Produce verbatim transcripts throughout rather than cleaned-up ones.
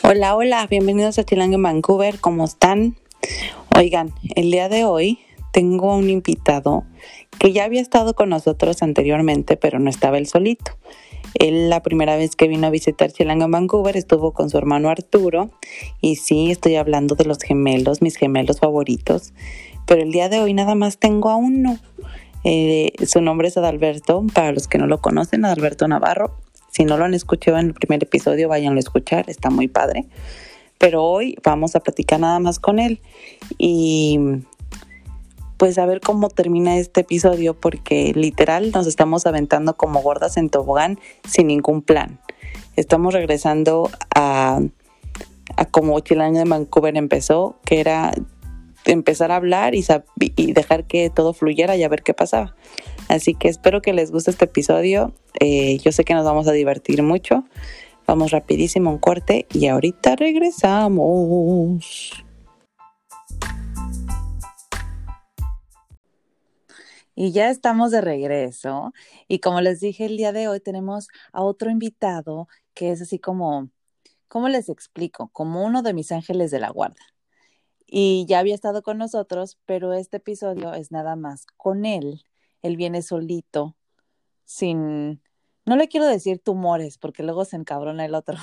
Hola, hola, bienvenidos a Chilango en Vancouver, ¿cómo están? Oigan, el día de hoy tengo un invitado que ya había estado con nosotros anteriormente, pero no estaba él solito. Él la primera vez que vino a visitar Chilango en Vancouver estuvo con su hermano Arturo, y sí, estoy hablando de los gemelos, mis gemelos favoritos, pero el día de hoy nada más tengo a uno. Eh, su nombre es Adalberto, para los que no lo conocen, Adalberto Navarro. Si no lo han escuchado en el primer episodio, váyanlo a escuchar, está muy padre. Pero hoy vamos a platicar nada más con él y pues a ver cómo termina este episodio, porque literal nos estamos aventando como gordas en tobogán sin ningún plan. Estamos regresando a, a como Chilango de Vancouver empezó, que era empezar a hablar y, y dejar que todo fluyera y a ver qué pasaba. Así que espero que les guste este episodio. Eh, yo sé que nos vamos a divertir mucho. Vamos rapidísimo a un corte y ahorita regresamos. Y ya estamos de regreso. Y como les dije, el día de hoy tenemos a otro invitado que es así como, ¿cómo les explico? Como uno de mis ángeles de la guarda. Y ya había estado con nosotros, pero este episodio es nada más con él. Él viene solito, sin, no le quiero decir tumores, porque luego se encabrona el otro.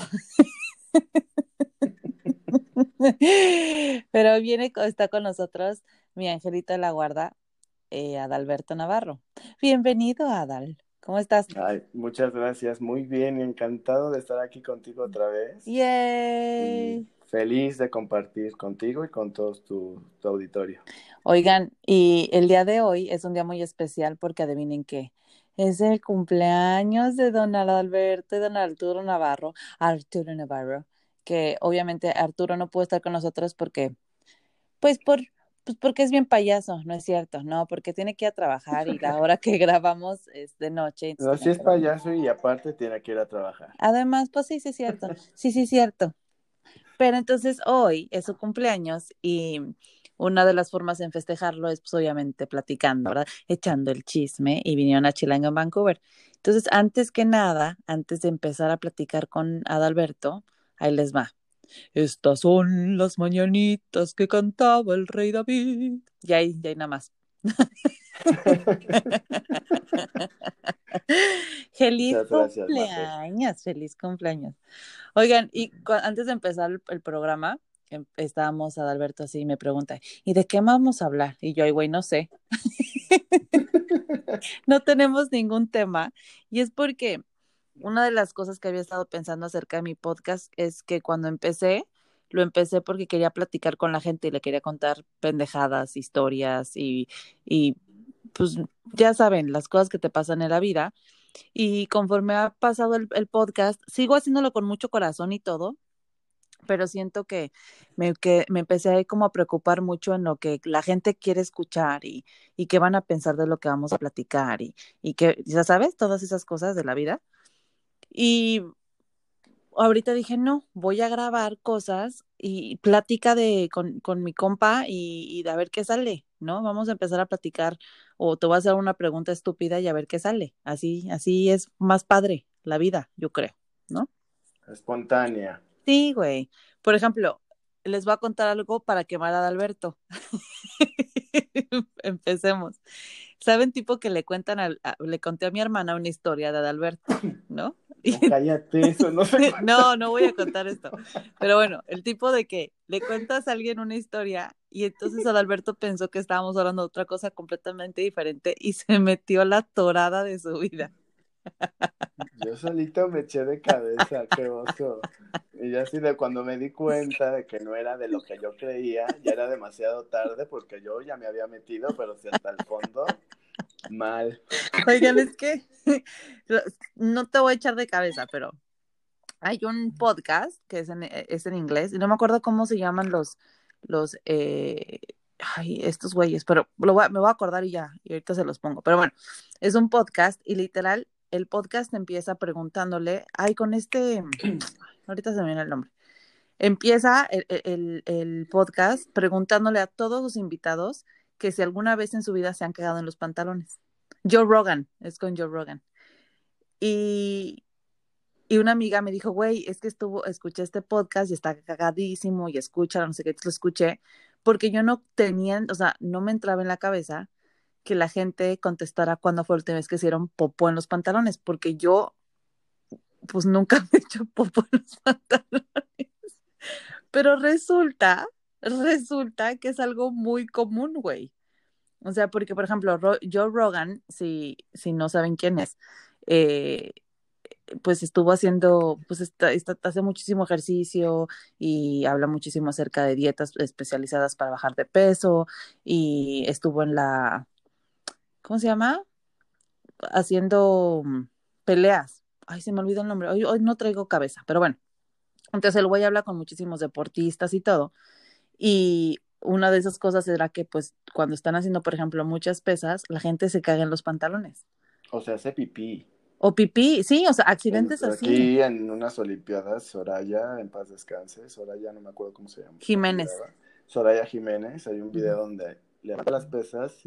Pero viene, está con nosotros mi angelito de la guarda, eh, Adalberto Navarro. Bienvenido, Adal. ¿Cómo estás? Ay, muchas gracias, muy bien, encantado de estar aquí contigo otra vez y ¡Yay! feliz de compartir contigo y con todos tu, tu auditorio. Oigan, y el día de hoy es un día muy especial porque adivinen qué. Es el cumpleaños de don Adalberto y don Arturo Navarro, Arturo Navarro, que obviamente Arturo no pudo estar con nosotros porque, pues por, pues porque es bien payaso, ¿no es cierto? No, porque tiene que ir a trabajar y la hora que grabamos es de noche, entonces No, tiene si es que dormir. payaso y aparte tiene que ir a trabajar. Además, pues sí, sí es cierto, sí, sí es cierto. Pero entonces hoy es su cumpleaños y una de las formas en festejarlo es pues obviamente platicando, ¿verdad? Echando el chisme y vinieron a Chilango en Vancouver. Entonces, antes que nada, antes de empezar a platicar con Adalberto, ahí les va. Estas son las mañanitas que cantaba el rey David. Y ahí, ya hay nada más. Feliz Muchas gracias, Mafer. cumpleaños, feliz cumpleaños. Oigan, y cu- antes de empezar el, el programa, em- estábamos Adalberto así y me pregunta, ¿y de qué vamos a hablar? Y yo, ay, güey, no sé, no tenemos ningún tema. Y es porque una de las cosas que había estado pensando acerca de mi podcast es que cuando empecé, lo empecé porque quería platicar con la gente y le quería contar pendejadas, historias y, y pues ya saben, las cosas que te pasan en la vida. Y conforme ha pasado el, el podcast, sigo haciéndolo con mucho corazón y todo, pero siento que me, que me empecé a como a preocupar mucho en lo que la gente quiere escuchar y, y qué van a pensar de lo que vamos a platicar y, y que, ya sabes, todas esas cosas de la vida. Y ahorita dije, no, voy a grabar cosas y plática de, con, con mi compa y, y de a ver qué sale, ¿no? Vamos a empezar a platicar o te voy a hacer una pregunta estúpida y a ver qué sale. Así, así es más padre la vida, yo creo, ¿no? Espontánea. Sí, güey. Por ejemplo, les voy a contar algo para quemar a Adalberto. Empecemos. ¿Saben tipo que le cuentan al, a- le conté a mi hermana una historia de Adalberto, ¿no? No, cállate, eso no se cuenta. No, no voy a contar esto. Pero bueno, el tipo de que le cuentas a alguien una historia y entonces Adalberto pensó que estábamos hablando de otra cosa completamente diferente y se metió la torada de su vida. Yo solito me eché de cabeza, qué oso. Y ya así de cuando me di cuenta de que no era de lo que yo creía, ya era demasiado tarde porque yo ya me había metido, pero si hasta el fondo, mal. Oigan, es que no te voy a echar de cabeza, pero hay un podcast que es en, es en inglés y no me acuerdo cómo se llaman los, los, eh, ay, estos güeyes, pero lo voy a- me voy a acordar y ya, y ahorita se los pongo. Pero bueno, es un podcast y literal, el podcast empieza preguntándole, ay, con este, ahorita se me viene el nombre. Empieza el, el, el podcast preguntándole a todos los invitados que si alguna vez en su vida se han quedado en los pantalones. Joe Rogan, es con Joe Rogan. Y Y una amiga me dijo, güey, es que estuvo, escuché este podcast y está cagadísimo y escucha, no sé qué, lo escuché, porque yo no tenía, o sea, no me entraba en la cabeza que la gente contestara cuándo fue la última vez que hicieron popó en los pantalones, porque yo, pues nunca me he hecho popó en los pantalones. Pero resulta, resulta que es algo muy común, güey. O sea, porque, por ejemplo, Ro- Joe Rogan, si, si no saben quién es, eh, pues estuvo haciendo, pues está, está- hace muchísimo ejercicio y habla muchísimo acerca de dietas especializadas para bajar de peso y estuvo en la, ¿cómo se llama? Haciendo mm, peleas. Ay, se me olvidó el nombre. Hoy, hoy no traigo cabeza, pero bueno. Entonces el güey habla con muchísimos deportistas y todo. Y una de esas cosas era que, pues, cuando están haciendo, por ejemplo, muchas pesas, la gente se caga en los pantalones. O sea, hace pipí. O pipí, sí, o sea, En- accidentes así. aquí en unas Olimpiadas, Soraya, en paz descanse, Soraya, no me acuerdo cómo se llama, se Jiménez. apellidaba. Soraya Jiménez, hay un Ujú. video donde levanta las pesas.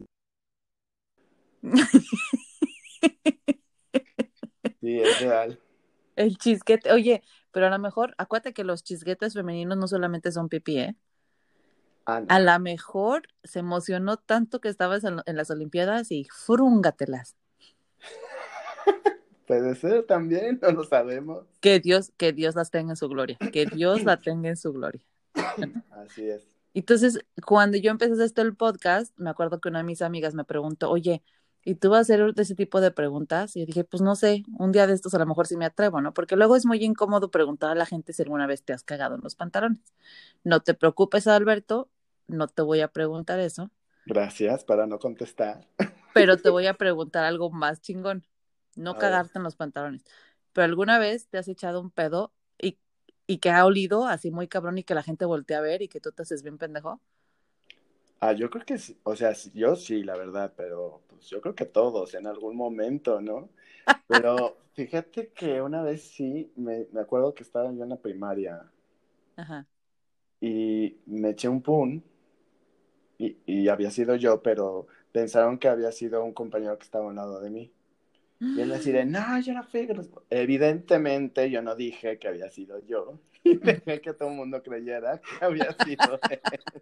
Sí, es real. El chisguete, oye, pero a lo mejor, acuérdate que los chisguetes femeninos no solamente son pipí, ¿eh? Ah, A no. lo mejor se emocionó tanto que estabas en, en las Olimpiadas y frúngatelas. Puede ser también, no lo sabemos. Que Dios, que Dios las tenga en su gloria, que Dios la tenga en su gloria. Bueno, Así es. entonces, cuando yo empecé a hacer esto el podcast, me acuerdo que una de mis amigas me preguntó, oye, ¿y tú vas a hacer de ese tipo de preguntas? Y yo dije, pues no sé, un día de estos a lo mejor sí me atrevo, ¿no? Porque luego es muy incómodo preguntar a la gente si alguna vez te has cagado en los pantalones. No te preocupes, Alberto, no te voy a preguntar eso, Gracias para no contestar. pero te voy a preguntar algo más chingón, no A ver. cagarte en los pantalones. ¿Pero alguna vez te has echado un pedo y, y que ha olido así muy cabrón y que la gente voltea a ver y que tú te haces bien pendejo? Ah, yo creo que sí, o sea, sí, yo sí, la verdad, pero pues yo creo que todos en algún momento, ¿no? Pero fíjate que una vez sí, me, me acuerdo que estaba yo en la primaria Ajá. y me eché un pun y, y había sido yo, pero pensaron que había sido un compañero que estaba a un lado de mí. Y él decía, no, yo no fui. que los-". Evidentemente yo no dije que había sido yo y dejé que todo el mundo creyera que había sido él.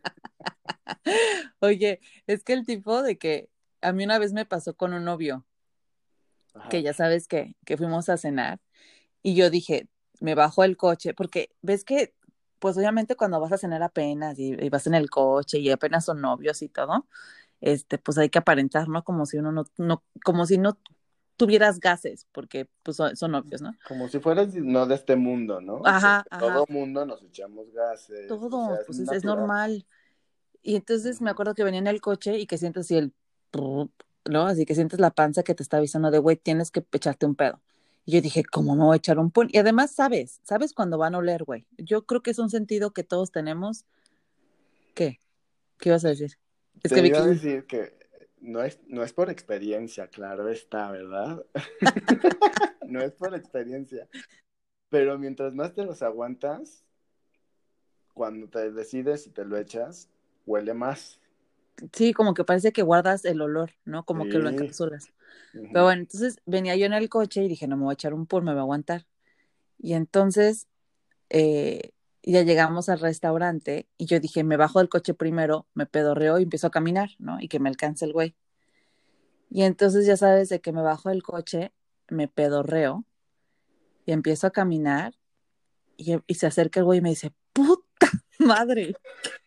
Oye, es que el tipo de que a mí una vez me pasó con un novio, que Ajá. ya sabes que, que fuimos a cenar y yo dije, me bajo el coche, porque ves que, pues obviamente cuando vas a cenar apenas y, y vas en el coche y apenas son novios y todo, este, pues hay que aparentar, ¿no? Como si uno no, no, como si no tuvieras gases, porque pues son, son novios, ¿no? Como si fueras no de este mundo, ¿no? Ajá, Porque todo ajá, mundo nos echamos gases, o sea, todo, es pues es, es natural. normal. Y entonces me Ujú. acuerdo que venía en el coche y que sientes así el, prrr, ¿no? Así que sientes la panza que te está avisando de, güey, tienes que echarte un pedo. Y yo dije, ¿cómo me voy a echar un pun? Y además, sabes, sabes cuando van a oler, güey. Yo creo que es un sentido que todos tenemos. ¿Qué? ¿Qué ibas a decir? Es que Te vi iba a que... decir que no es, no es por experiencia, claro está, ¿verdad? No es por experiencia, pero mientras más te los aguantas, cuando te decides y te lo echas, huele más. Sí, como que parece que guardas el olor, ¿no? Como que lo Sí. encapsulas. Pero Ujú. bueno, entonces venía yo en el coche y dije, no me voy a echar un pun, me voy a aguantar. Y entonces eh, ya llegamos al restaurante y yo dije, me bajo del coche primero, me pedorreo y empiezo a caminar, ¿no? Y que me alcance el güey. Y entonces ya sabes de que me bajo del coche, me pedorreo y empiezo a caminar y, y se acerca el güey y me dice, puta madre,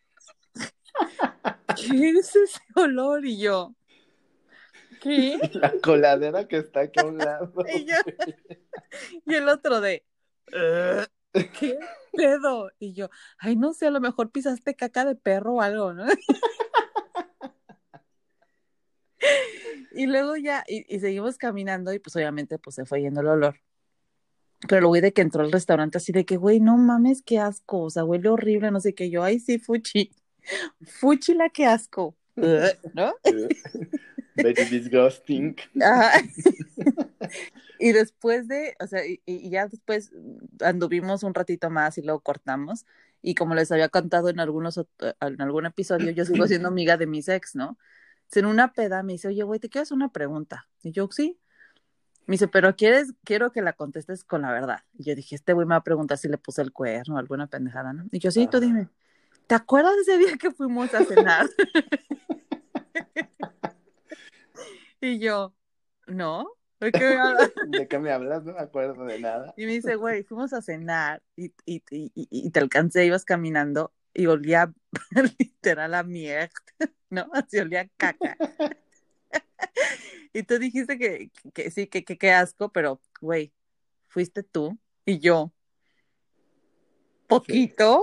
¿qué es ese olor? Y yo, ¿qué? La coladera que está aquí a un lado. Y yo, y el otro de, "Ugh, ¿qué pedo?" Y yo, ay, no sé, a lo mejor pisaste caca de perro o algo, ¿no? Y luego ya, y, y seguimos caminando y pues obviamente pues se fue yendo el olor. Pero lo güey de que entró al restaurante así de que, güey, no mames, qué asco, o sea, huele horrible, no sé qué, yo, ay, sí, fuchi, fuchi la que asco, Ugh, ¿no? Very disgusting. Ajá. Y después de, o sea, y, y ya después anduvimos un ratito más y luego cortamos. Y como les había contado en algunos, ot- en algún episodio, yo sigo siendo amiga de mis ex, ¿no? En una peda me dice, oye, güey, ¿te quiero hacer una pregunta? Y yo, sí. Me dice, pero quieres, quiero que la contestes con la verdad. Y yo dije, este güey me va a preguntar si le puse el cuerno o alguna pendejada, ¿no? Y yo, sí, tú Ajá. dime, ¿te acuerdas de ese día que fuimos a cenar? Y yo, no, ¿de qué me hablas? ¿De qué me hablas? No me acuerdo de nada. Y me dice, güey, fuimos a cenar y, y, y, y, y te alcancé, ibas caminando y olía literal a mierda, ¿no? Así olía a caca. Y tú dijiste que, que sí, que qué asco, pero, güey, fuiste tú y yo, Sí. poquito.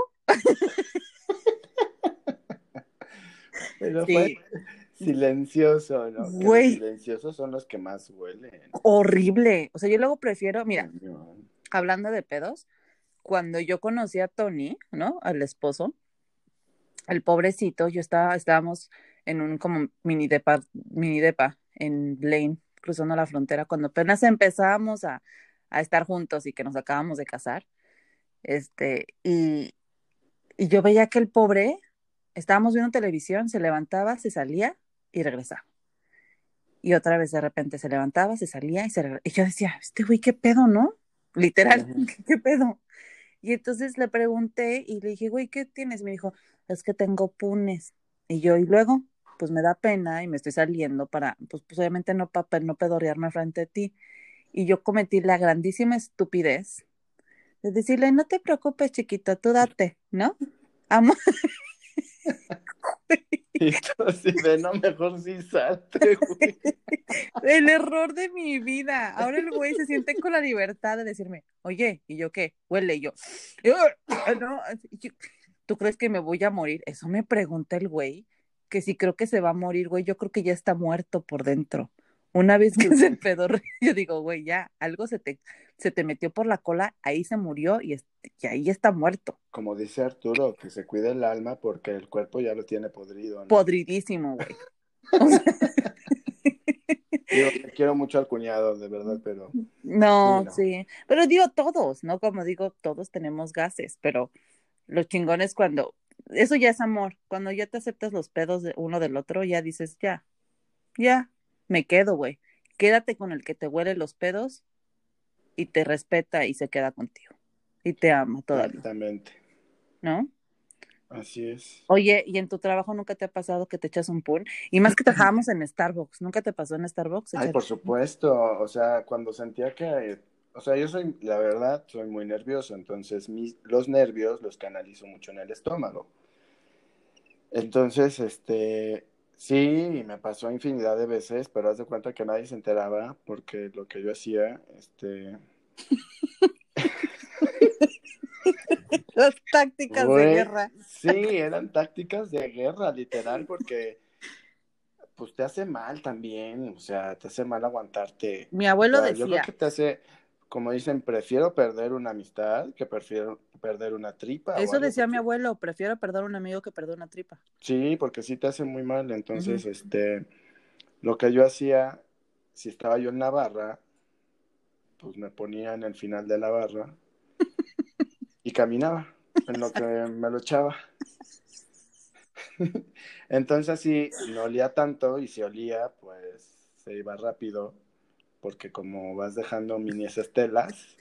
Pero fue Sí, silencioso, ¿no? Que los güey, silenciosos son los que más huelen. horrible. O sea, yo luego prefiero, mira, Cañón. hablando de pedos, cuando yo conocí a Tony, ¿no? Al esposo, el pobrecito, yo estaba, estábamos en un como mini depa, mini depa en Blaine, cruzando la frontera, cuando apenas empezábamos a, a estar juntos y que nos acabamos de casar. Este, y, y yo veía que el pobre, estábamos viendo televisión, se levantaba, se salía y regresaba. Y otra vez de repente se levantaba, se salía y se regresaba. Y yo decía, este güey, ¿qué pedo, no? Literal, Ujú. ¿qué pedo? Y entonces le pregunté y le dije, güey, ¿qué tienes? Me dijo, es que tengo punes. Y yo, y luego, pues me da pena y me estoy saliendo para, pues, pues obviamente no para no pedorrearme frente a ti. Y yo cometí la grandísima estupidez de decirle, no te preocupes, chiquito, tú date, ¿no? Amo. Y tú así de, no, mejor sí salte, güey. El error de mi vida. Ahora el güey se siente con la libertad de decirme, oye, ¿y yo qué? Huele, y yo, "Ugh, no, yo- ¿tú crees que me voy a morir? Eso me pregunta el güey, que si creo que se va a morir, güey, yo creo que ya está muerto por dentro. Una vez que se empedorre, yo digo, güey, ya, algo se te, se te metió por la cola, ahí se murió y, es- y ahí está muerto. Como dice Arturo, que se cuide el alma porque el cuerpo ya lo tiene podrido, ¿no? Podridísimo, güey. O sea, Digo, que quiero mucho al cuñado, de verdad, pero sí, no, no. sí, pero digo todos, ¿no? Como digo, todos tenemos gases, pero lo chingón es cuando, eso ya es amor, cuando ya te aceptas los pedos de uno del otro, ya dices, ya, ya, me quedo, güey. Quédate con el que te huele los pedos y te respeta y se queda contigo y te ama todavía, Exactamente. ¿no? Así es. Oye, ¿y en tu trabajo nunca te ha pasado que te echas un pun? Y más que trabajábamos en Starbucks, ¿nunca te pasó en Starbucks Ay, echar? por supuesto, o sea, cuando sentía que, o sea, yo soy, la verdad, soy muy nervioso, entonces mis, los nervios los canalizo mucho en el estómago. Entonces, este, sí, me pasó infinidad de veces, pero haz de cuenta que nadie se enteraba porque lo que yo hacía, este, Las tácticas de güey, guerra. sí, eran tácticas de guerra, literal, porque pues te hace mal también, o sea, te hace mal aguantarte. Mi O abuelo sea, yo creo decía, que te hace, como dicen, prefiero perder una amistad que prefiero perder una tripa o eso algo decía mi así. abuelo, prefiero perder a un amigo que perder una tripa. Sí, porque sí te hace muy mal. Ujú. Entonces, este, lo que yo hacía, si estaba yo en la barra, pues me ponía en el final de la barra y caminaba en lo que me lo echaba. Entonces así no olía tanto y si olía, pues se iba rápido porque como vas dejando mini estelas,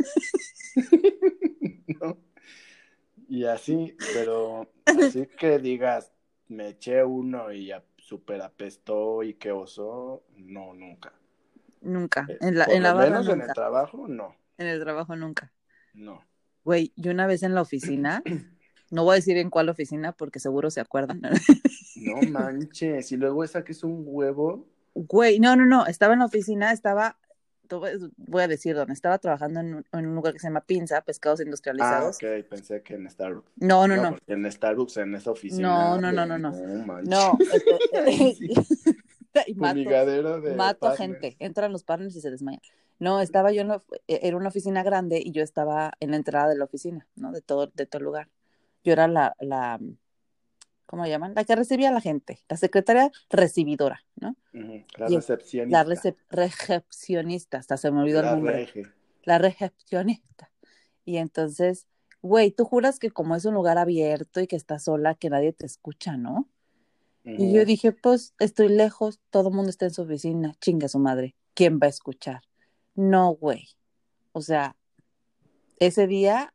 ¿no? Y así, pero así que digas, me eché uno y ya súper apestó y qué oso, no, nunca. Nunca, Eh, en la, por en lo la barra menos en el nunca, trabajo, no, en el trabajo nunca. no. Güey, yo una vez en la oficina, no voy a decir en cuál oficina porque seguro se acuerdan. No manches, y luego esa que es un huevo. Güey, no, no, no, estaba en la oficina, estaba, te voy voy a decir dónde, estaba trabajando en un, en un lugar que se llama Pinza, Pescados Ah, Industrializados. ok, pensé que en Starbucks. No, no, No, no, porque en Starbucks, en esa no, oficina, no, no, no, de, no, no manches. no, este, Sí, y mato, fumigadero de mato partners. gente, entran los partners y se desmayan. No, estaba yo en la- era una oficina grande y yo estaba en la entrada de la oficina, ¿no? De todo, de todo lugar. Yo era la, la, ¿cómo le llaman? La que recibía a la gente, la secretaria recibidora, ¿no? Ujú, la Y la recepcionista, recep- recepcionista, hasta se me olvidó el la nombre, rege. la recepcionista. Y entonces, güey, tú juras que como es un lugar abierto y que estás sola, que nadie te escucha, ¿no? Y yo Ujú. dije, pues estoy lejos, todo el mundo está en su oficina, chinga su madre, ¿quién va a escuchar? No, güey. O sea, ese día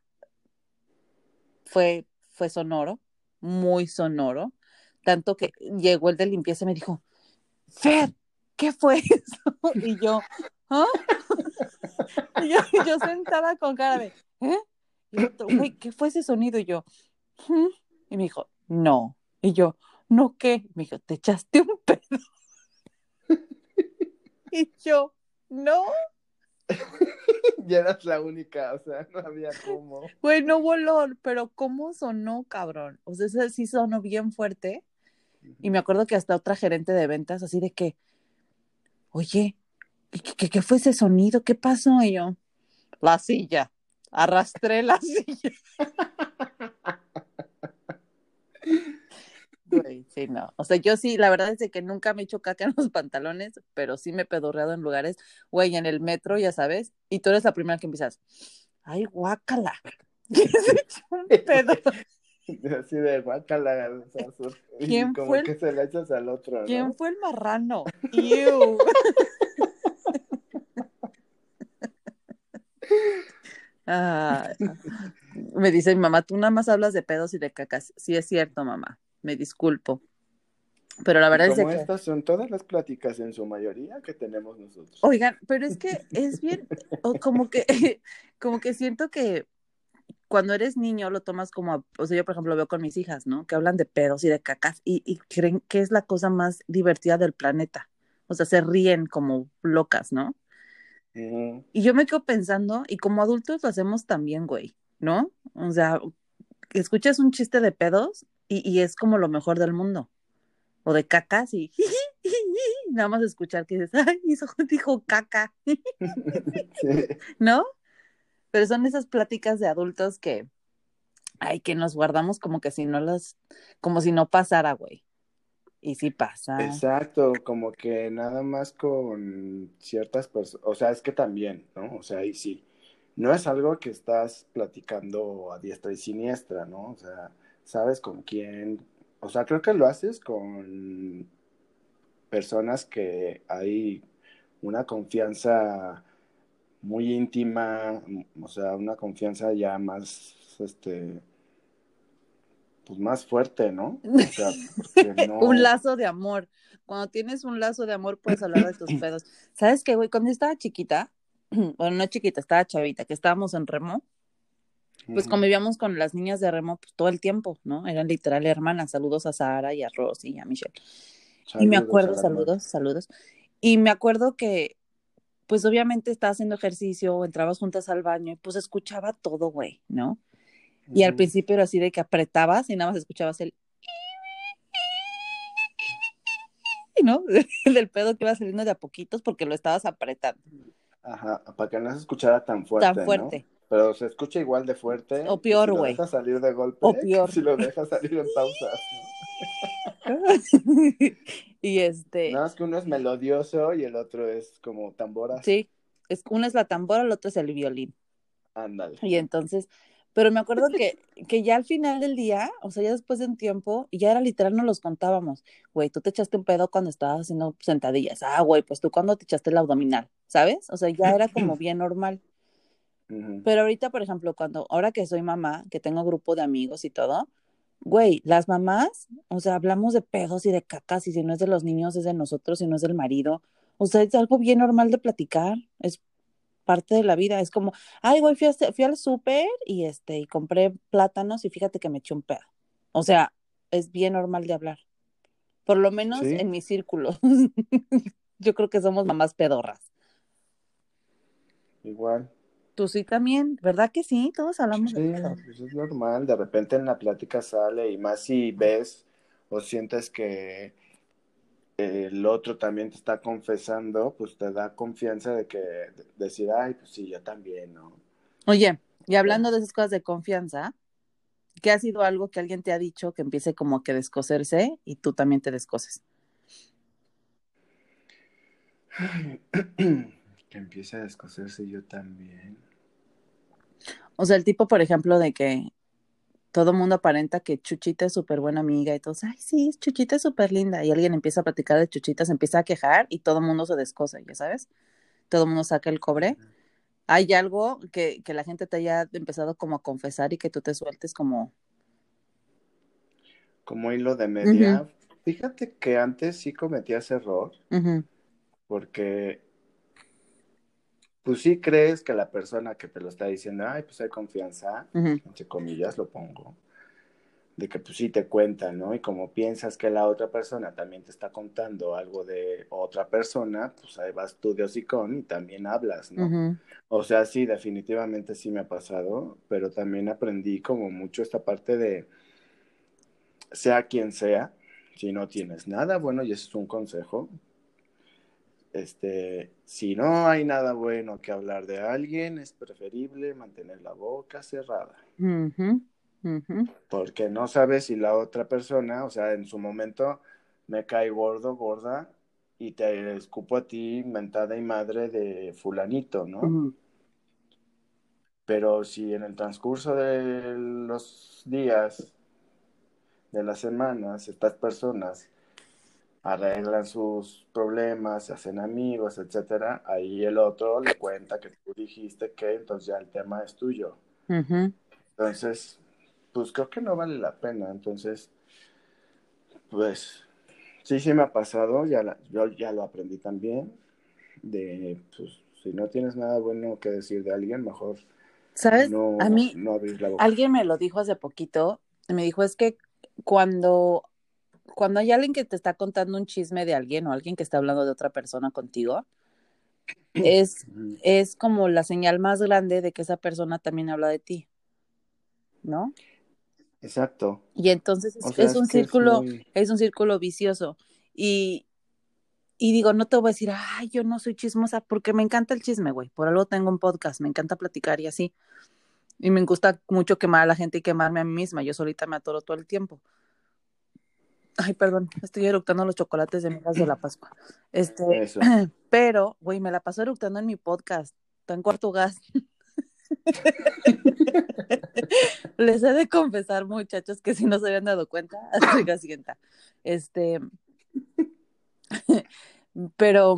fue, fue sonoro, muy sonoro, tanto que llegó el de limpieza y me dijo, Fer, ¿qué fue eso? Y yo, ¿ah? Y yo, yo sentada con cara de, ¿eh? Y el otro, güey, ¿qué fue ese sonido? Y yo, ¿hmm? Y me dijo, no. Y yo, ¿no qué? Me dijo, ¿te echaste un pedo? Y yo, no, Ya eras la única, o sea, no había cómo. güey, no voló, pero ¿cómo sonó, cabrón? O sea, ese sí sonó bien fuerte. Y me acuerdo que hasta otra gerente de ventas, así de que, oye, ¿qué, qué, qué fue ese sonido? ¿Qué pasó? Y yo, la silla, arrastré la silla. Güey, sí, no. O sea, yo sí, la verdad es de que nunca me he hecho caca en los pantalones, pero sí me he pedorreado en lugares, güey, en el metro, ya sabes, y tú eres la primera que empiezas, ay, guácala. ¿Quién se echó un pedo? Así de guácala, o sea, su- y ¿Quién fue como el, que se le echas al otro, quién ¿no? fue el marrano? Iu. Ah, me dice mi mamá, tú nada más hablas de pedos y de cacas. Sí, es cierto, mamá. Me disculpo. Pero la Y verdad es de como que, estas son todas las pláticas en su mayoría que tenemos nosotros. oigan, pero es que es bien, o como que, como que siento que cuando eres niño lo tomas como, o sea, yo por ejemplo veo con mis hijas, ¿no? Que hablan de pedos y de cacas y, y creen que es la cosa más divertida del planeta. O sea, se ríen como locas, ¿no? Ujú. Y yo me quedo pensando, y como adultos lo hacemos también, güey, ¿no? O sea, escuchas un chiste de pedos y, y es como lo mejor del mundo. O de cacas y nada más escuchar que dices, ay, hizo, dijo caca, Sí, ¿no? Pero son esas pláticas de adultos que, ay, que nos guardamos como que si no las, como si no pasara, güey. Y sí pasa. exacto, como que nada más con ciertas personas, o sea, es que también, ¿no? O sea, ahí sí, no es algo que estás platicando a diestra y siniestra, ¿no? O sea, sabes con quién, o sea, creo que lo haces con personas que hay una confianza muy íntima, o sea, una confianza ya más, este, pues más fuerte, ¿no? O sea, porque Un no... lazo de amor. Cuando tienes un lazo de amor puedes hablar de tus pedos. ¿Sabes qué, güey? Cuando yo estaba chiquita, bueno, no chiquita, estaba chavita, que estábamos en remo, pues Ujú. convivíamos con las niñas de remo pues, todo el tiempo, ¿no? Eran literal hermanas. Saludos a Sara y a Rosy y a Michelle. Y me Saludos a acuerdo, la hermana. saludos, saludos. Y me acuerdo que, pues obviamente estaba haciendo ejercicio o entrabas juntas al baño y pues escuchaba todo, güey, ¿no? Y al Ujú. principio era así de que apretabas y nada más escuchabas el, ¿no? Del pedo que iba saliendo de a poquitos porque lo estabas apretando. Ajá, para que no se escuchara tan Tan fuerte, ¿no? fuerte. Pero se escucha igual de O fuerte peor, si lo güey. dejas salir de O golpe que peor. si lo dejas salir en pausas, ¿no? Y este, Nada más que uno es melodioso y el otro es como tamboras. sí, es, una es la tambora, el otro es el violín. Ándale. Y entonces, pero me acuerdo que, que ya al final del día, o sea, ya después de un tiempo, y ya era literal, no los contábamos. Güey, tú te echaste un pedo cuando estabas haciendo sentadillas. Ah, güey, pues tú cuando te echaste el abdominal, ¿sabes? O sea, ya era como bien normal. Ujú. Pero ahorita, por ejemplo, cuando, ahora que soy mamá, que tengo grupo de amigos y todo, güey, las mamás, o sea, hablamos de pedos y de cacas, y si no es de los niños, es de nosotros, si no es del marido. O sea, es algo bien normal de platicar. Es parte de la vida. Es como, ay, güey, fui, a hacer- fui al súper y este, y compré plátanos y fíjate que me eché un pedo. O sea, es bien normal de hablar. Por lo menos Sí, en mi círculo. Yo creo que somos mamás pedorras. igual. Tú sí también, ¿verdad que sí? Todos hablamos de Sí, pedos. pues es normal. De repente en la plática sale y más si ves o sientes que el otro también te está confesando, pues te da confianza de que de- decir, ay, pues sí, yo también, ¿no? Oye, y Ya. hablando de esas cosas de confianza, ¿qué ha sido algo que alguien te ha dicho que empiece como a que descoserse y tú también te descoses? Que empiece a descoserse yo también. O sea, el tipo, por ejemplo, de que todo el mundo aparenta que Chuchita es súper buena amiga y todos, ay, sí, Chuchita es súper linda. Y alguien empieza a platicar de Chuchita, se empieza a quejar y todo el mundo se descosa, ¿ya sabes? todo el mundo saca el cobre. ¿Hay algo que, que la gente te haya empezado como a confesar y que tú te sueltes como... Como hilo de Uh-huh, media, fíjate que antes sí cometía ese error, uh-huh, porque pues sí crees que la persona que te lo está diciendo, ay, pues hay confianza, uh-huh, entre comillas lo pongo, de que pues sí te cuenta, ¿no? Y como piensas que la otra persona también te está contando algo de otra persona, pues ahí vas tú de hocicón y también hablas, ¿no? uh-huh, O sea, sí, definitivamente sí me ha pasado, pero también aprendí como mucho esta parte de, sea quien sea, si no tienes nada bueno, y ese es un consejo, este, si no hay nada bueno que hablar de alguien, es preferible mantener la boca cerrada, uh-huh, uh-huh. porque no sabes si la otra persona, o sea, en su momento me cae gordo, gorda, y te escupo a ti mentada y madre de fulanito, ¿no? Uh-huh. Pero si en el transcurso de los días, de las semanas, estas personas arreglan sus problemas, se hacen amigos, etcétera, ahí el otro le cuenta que tú dijiste que entonces ya el tema es tuyo. Uh-huh. Entonces, pues creo que no vale la pena. Entonces, pues sí, sí me ha pasado, ya la- yo ya lo aprendí también, de pues si no tienes nada bueno que decir de alguien, mejor ¿Sabes? A no, mí, no abrir la boca. alguien me lo dijo hace poquito, me dijo, es que cuando, cuando hay alguien que te está contando un chisme de alguien o alguien que está hablando de otra persona contigo, es, Ujú. es como la señal más grande de que esa persona también habla de ti, ¿no? Exacto. Y entonces es, O sea, es es un que es círculo, muy... es un círculo vicioso. Y, y digo, no te voy a decir, ay, yo no soy chismosa, porque me encanta el chisme, güey. Por algo tengo un podcast, me encanta platicar y así. Y me gusta mucho quemar a la gente y quemarme a mí misma. Yo solita me atoro todo el tiempo. Ay, perdón, estoy eructando los chocolates de migas de la Pascua. Este, Eso. pero, güey, me la paso eructando en mi podcast. Está en cuarto gas. Les he de confesar, muchachos, que si no se habían dado cuenta, soy gasienta. Este, pero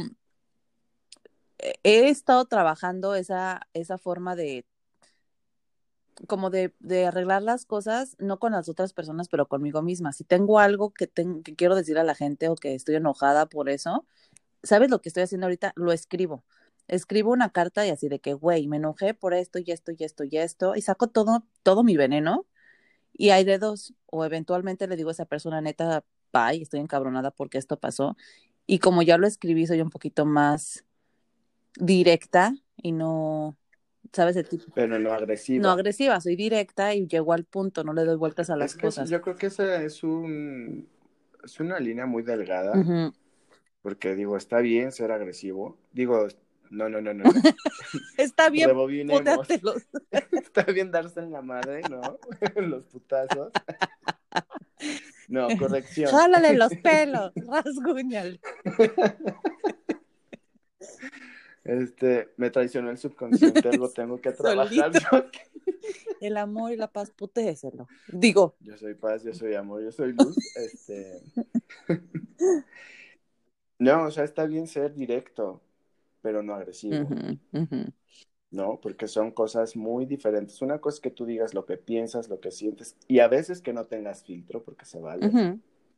he estado trabajando esa, esa forma de, como de, de arreglar las cosas, no con las otras personas, pero conmigo misma. Si tengo algo que, ten, que quiero decir a la gente o que estoy enojada por eso, ¿sabes lo que estoy haciendo ahorita? Lo escribo. Escribo una carta y así de que, güey, me enojé por esto y esto y esto y esto, y saco todo, todo mi veneno, y hay de dos, o eventualmente le digo a esa persona, neta, bye, estoy encabronada porque esto pasó, y como ya lo escribí, soy un poquito más directa y no, ¿sabes? El tipo, Pero no no agresiva. agresiva, soy directa y llego al punto, no le doy vueltas a las Es que es- cosas. yo creo que esa es un, es una línea muy delgada, Ujú. porque digo, está bien ser agresivo. Digo, no, no, no, no, no. Está bien, Rebobinemos. putéatelos. Está bien darse en la madre, ¿no? Los putazos. No, corrección. Jálale los pelos, rasguñale. Este, me traicionó el subconsciente, algo tengo que trabajar Solito. yo. El amor y la paz, putéselo. Digo, Yo soy paz, yo soy amor, yo soy luz. Este, no, o sea, está bien ser directo, pero no agresivo. ujú, ujú, ¿No? Porque son cosas muy diferentes. Una cosa es que tú digas lo que piensas, lo que sientes, y a veces que no tengas filtro, porque se vale, ujú,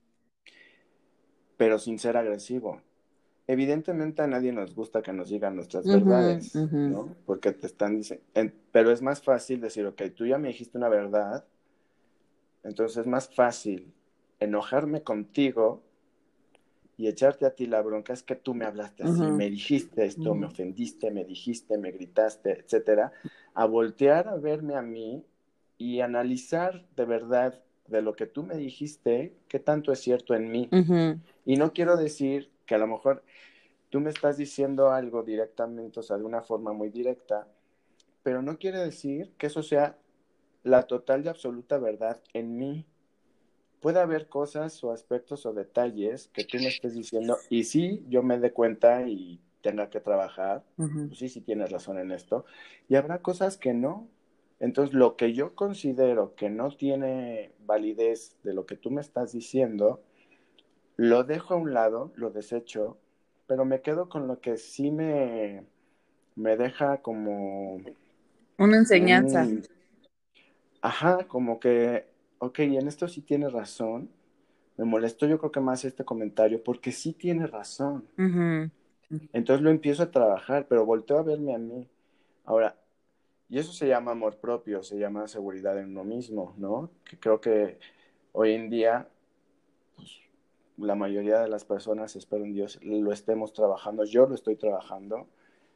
pero sin ser agresivo. Evidentemente a nadie nos gusta que nos digan nuestras ujú, verdades, ujú, ¿no? Porque te están diciendo, pero es más fácil decir, ok, tú ya me dijiste una verdad, entonces es más fácil enojarme contigo y echarte a ti la bronca, es que tú me hablaste así, ujú, me dijiste esto, me ujú, ofendiste, me dijiste, me gritaste, etcétera, a voltear a verme a mí y analizar de verdad de lo que tú me dijiste, qué tanto es cierto en mí. ujú, Y no quiero decir que a lo mejor tú me estás diciendo algo directamente, o sea, de una forma muy directa, pero no quiere decir que eso sea la total y absoluta verdad en mí. Puede haber cosas o aspectos o detalles que tú me estés diciendo y sí, yo me dé cuenta y tenga que trabajar, ujú, pues sí, sí tienes razón en esto, y habrá cosas que no. Entonces, lo que yo considero que no tiene validez de lo que tú me estás diciendo, lo dejo a un lado, lo desecho, pero me quedo con lo que sí me, me deja como una enseñanza. un, ajá, como que, ok, en esto sí tiene razón. Me molestó yo creo que más este comentario porque sí tiene razón. Uh-huh. Entonces lo empiezo a trabajar, pero volteo a verme a mí. Ahora, y eso se llama amor propio, se llama seguridad en uno mismo, ¿no? Que creo que hoy en día, pues, la mayoría de las personas, espero en Dios, lo estemos trabajando. Yo lo estoy trabajando.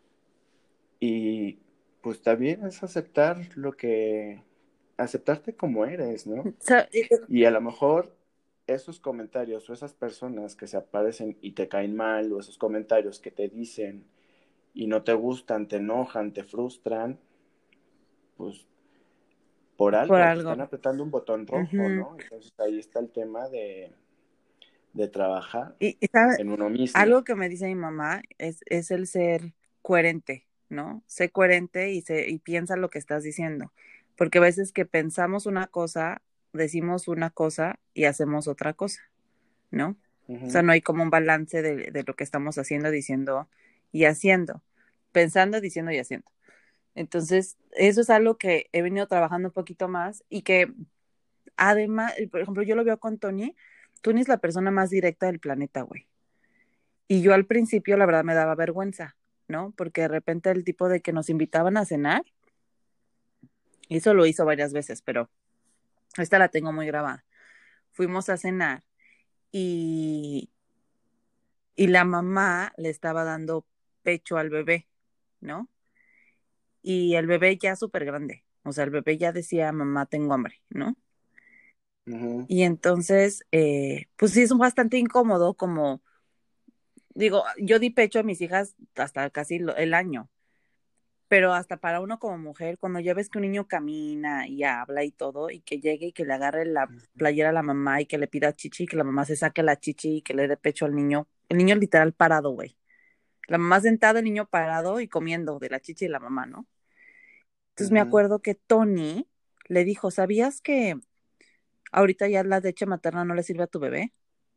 Y pues también es aceptar lo que, aceptarte como eres, ¿no? Sa- eh, Y a lo mejor esos comentarios o esas personas que se aparecen y te caen mal, o esos comentarios que te dicen y no te gustan, te enojan, te frustran, pues por por algo, te algo. están apretando un botón rojo, Uh-huh. ¿no? Entonces ahí está el tema de, de trabajar Y, y sabe, en uno mismo. algo que me dice mi mamá es, es el ser coherente, ¿no? Sé coherente y, sé, y piensa lo que estás diciendo. Porque a veces que pensamos una cosa, decimos una cosa y hacemos otra cosa, ¿no? O sea, Ujú, no hay como un balance de, de lo que estamos haciendo, diciendo y haciendo. Pensando, diciendo y haciendo. Entonces, eso es algo que he venido trabajando un poquito más y que además, por ejemplo, yo lo veo con Tony. Tony es la persona más directa del planeta, güey. Y yo al principio, la verdad, me daba vergüenza, ¿no? Porque de repente el tipo de que nos invitaban a cenar, y eso lo hizo varias veces, pero esta la tengo muy grabada. Fuimos a cenar y, y la mamá le estaba dando pecho al bebé, ¿no? Y el bebé ya súper grande, o sea, el bebé ya decía, mamá, tengo hambre, ¿no? ujú, Y entonces, eh, pues sí, es bastante incómodo, como, digo, yo di pecho a mis hijas hasta casi lo- el año, pero hasta para uno como mujer, cuando ya ves que un niño camina y habla y todo, y que llegue y que le agarre la playera a la mamá y que le pida chichi, y que la mamá se saque la chichi y que le dé pecho al niño, el niño literal parado, güey. La mamá sentada, el niño parado y comiendo de la chichi de la mamá, ¿no? Entonces me ujú. acuerdo que Tony le dijo, ¿sabías que ahorita ya la leche materna no le sirve a tu bebé?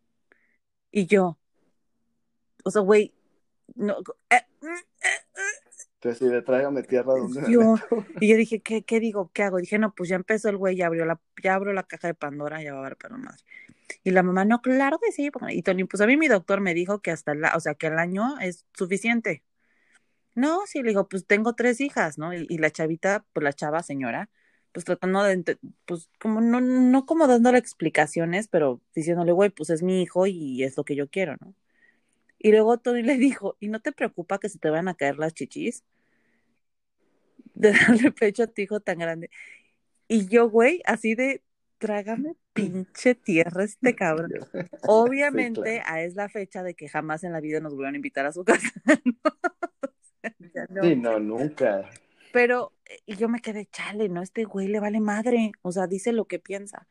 Y yo, o sea, güey, no, eh, mm, Entonces, si de tráigame tierra, ¿dónde me yo, meto? y yo dije, ¿qué, qué digo? ¿Qué hago? Dije, no, pues ya empezó el güey, ya abrió la, ya abrió la caja de Pandora, ya va a haber para madre. Y la mamá, no, claro que sí. porque- Y Tony, pues a mí mi doctor me dijo que hasta la, o sea, que el año es suficiente. No, sí, le digo, pues tengo tres hijas, ¿no? Y, y la chavita, pues la chava señora, pues tratando de, ente- pues como no, no como dándole explicaciones, pero diciéndole, güey, pues es mi hijo y es lo que yo quiero, ¿no? Y luego Tony le dijo, ¿y no te preocupa que se te van a caer las chichis de darle pecho a tu hijo tan grande? Y yo, güey, así de, trágame pinche tierra este cabrón. Sí, Obviamente, claro. a es la fecha de que jamás en la vida nos vuelvan a invitar a su casa, ¿no? Ya no. Sí, no, nunca. Pero, eh, y yo me quedé, chale, ¿no? Este güey le vale madre, o sea, dice lo que piensa.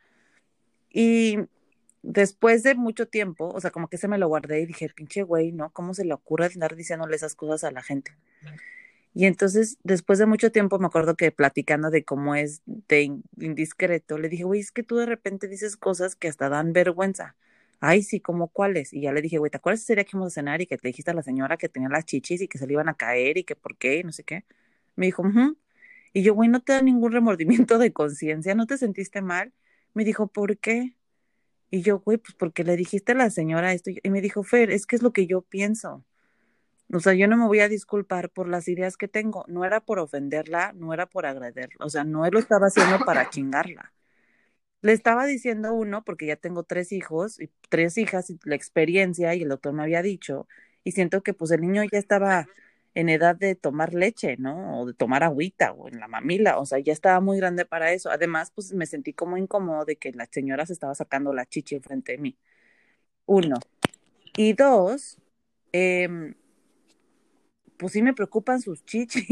Y después de mucho tiempo, o sea, como que se me lo guardé y dije, pinche güey, ¿no? ¿Cómo se le ocurre andar diciéndole esas cosas a la gente? Y entonces, después de mucho tiempo, me acuerdo que platicando de cómo es de in- indiscreto, le dije, güey, es que tú de repente dices cosas que hasta dan vergüenza. Ay, sí, ¿cómo cuáles? Y ya le dije, güey, ¿te acuerdas ese día que íbamos a cenar y que te dijiste a la señora que tenía las chichis y que se le iban a caer y que por qué y no sé qué? Me dijo, "Ujú". Y yo, güey, ¿no te da ningún remordimiento de conciencia? ¿No te sentiste mal? Me dijo, ¿por qué? Y yo, güey, pues porque le dijiste a la señora esto. Y me dijo, Fer, es que es lo que yo pienso. O sea, yo no me voy a disculpar por las ideas que tengo. No era por ofenderla, no era por agrederla. O sea, no lo estaba haciendo para chingarla. Le estaba diciendo uno, porque ya tengo tres hijos y tres hijas y la experiencia y el doctor me había dicho, y siento que pues el niño ya estaba en edad de tomar leche, ¿no? O de tomar agüita o en la mamila, o sea, ya estaba muy grande para eso. Además, pues me sentí como incómodo de que la señora se estaba sacando la chichi enfrente de mí. Uno. Y dos, em, pues sí me preocupan sus chichis.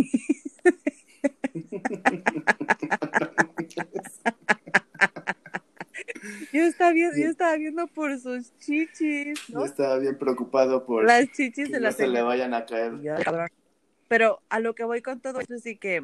Yo estaba viendo, yo Sí, estaba viendo por sus chichis, yo ¿no? estaba bien preocupado por Las chichis que de no la se le señora. vayan a caer. Y yo, cabrón. Pero a lo que voy con todo esto es sí que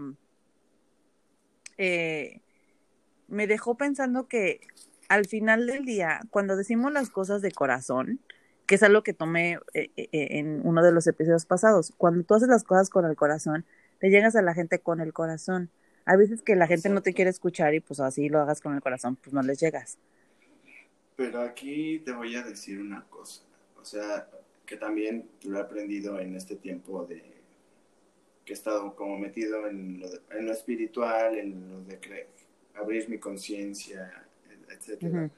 eh, me dejó pensando que al final del día, cuando decimos las cosas de corazón que es algo que tomé eh, eh, en uno de los episodios pasados. Cuando tú haces las cosas con el corazón, le llegas a la gente con el corazón. Hay veces que la gente no te Exacto. quiere escuchar y pues así lo hagas con el corazón, pues no les llegas. Pero aquí te voy a decir una cosa, o sea, que también lo he aprendido en este tiempo de que he estado como metido en lo, de, en lo espiritual, en lo de creer, abrir mi conciencia, etcétera. Uh-huh.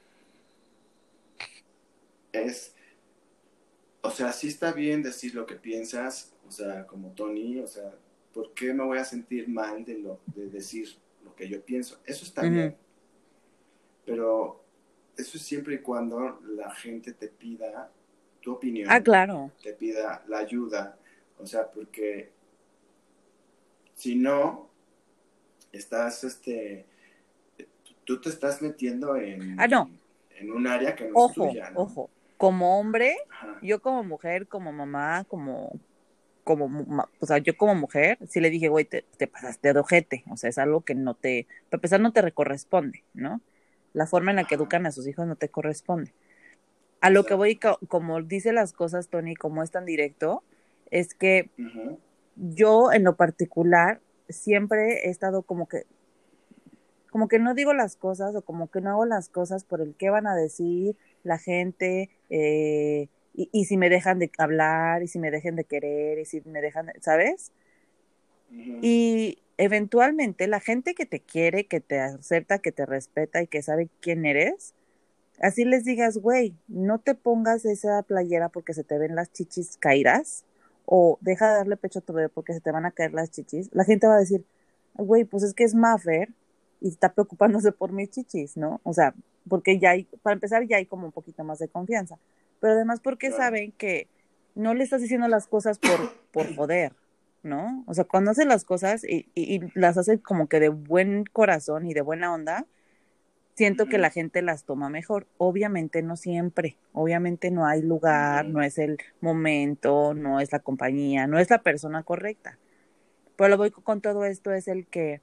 Es, o sea, sí está bien decir lo que piensas, o sea, como Tony, o sea, ¿por qué me voy a sentir mal de, lo, de decir lo que yo pienso? Eso está uh-huh. bien, pero eso es siempre y cuando la gente te pida tu opinión. Ah, claro. Te pida la ayuda, o sea, porque si no, estás, este, tú te estás metiendo en, ah, no. en un área que no ojo, es tuya, ¿no? Ojo, como hombre, Ajá. yo como mujer, como mamá, como, como, o sea, yo como mujer, sí le dije, güey, te, te pasaste de ojete, o sea, es algo que no te, para empezar, no te corresponde, ¿no? La forma en la que Ajá. educan a sus hijos no te corresponde. A lo Exacto. que voy, como dice las cosas, Tony, como es tan directo, es que uh-huh. yo, en lo particular, siempre he estado como que, como que no digo las cosas o como que no hago las cosas por el qué van a decir la gente, eh, y, y si me dejan de hablar, y si me dejan de querer, y si me dejan, de, ¿sabes? Uh-huh. Y eventualmente la gente que te quiere, que te acepta, que te respeta y que sabe quién eres, así les digas, güey, no te pongas esa playera porque se te ven las chichis caídas, o deja de darle pecho a tu bebé porque se te van a caer las chichis, la gente va a decir, güey, pues es que es Maffer y está preocupándose por mis chichis, ¿no? O sea, porque ya hay, para empezar ya hay como un poquito más de confianza, pero además porque claro. saben que no le estás diciendo las cosas por, por joder, ¿no? O sea, cuando hace las cosas y, y, y las hace como que de buen corazón y de buena onda, siento uh-huh. que la gente las toma mejor. Obviamente no siempre, obviamente no hay lugar, uh-huh. no es el momento, no es la compañía, no es la persona correcta. Pero lo que voy con todo esto es el que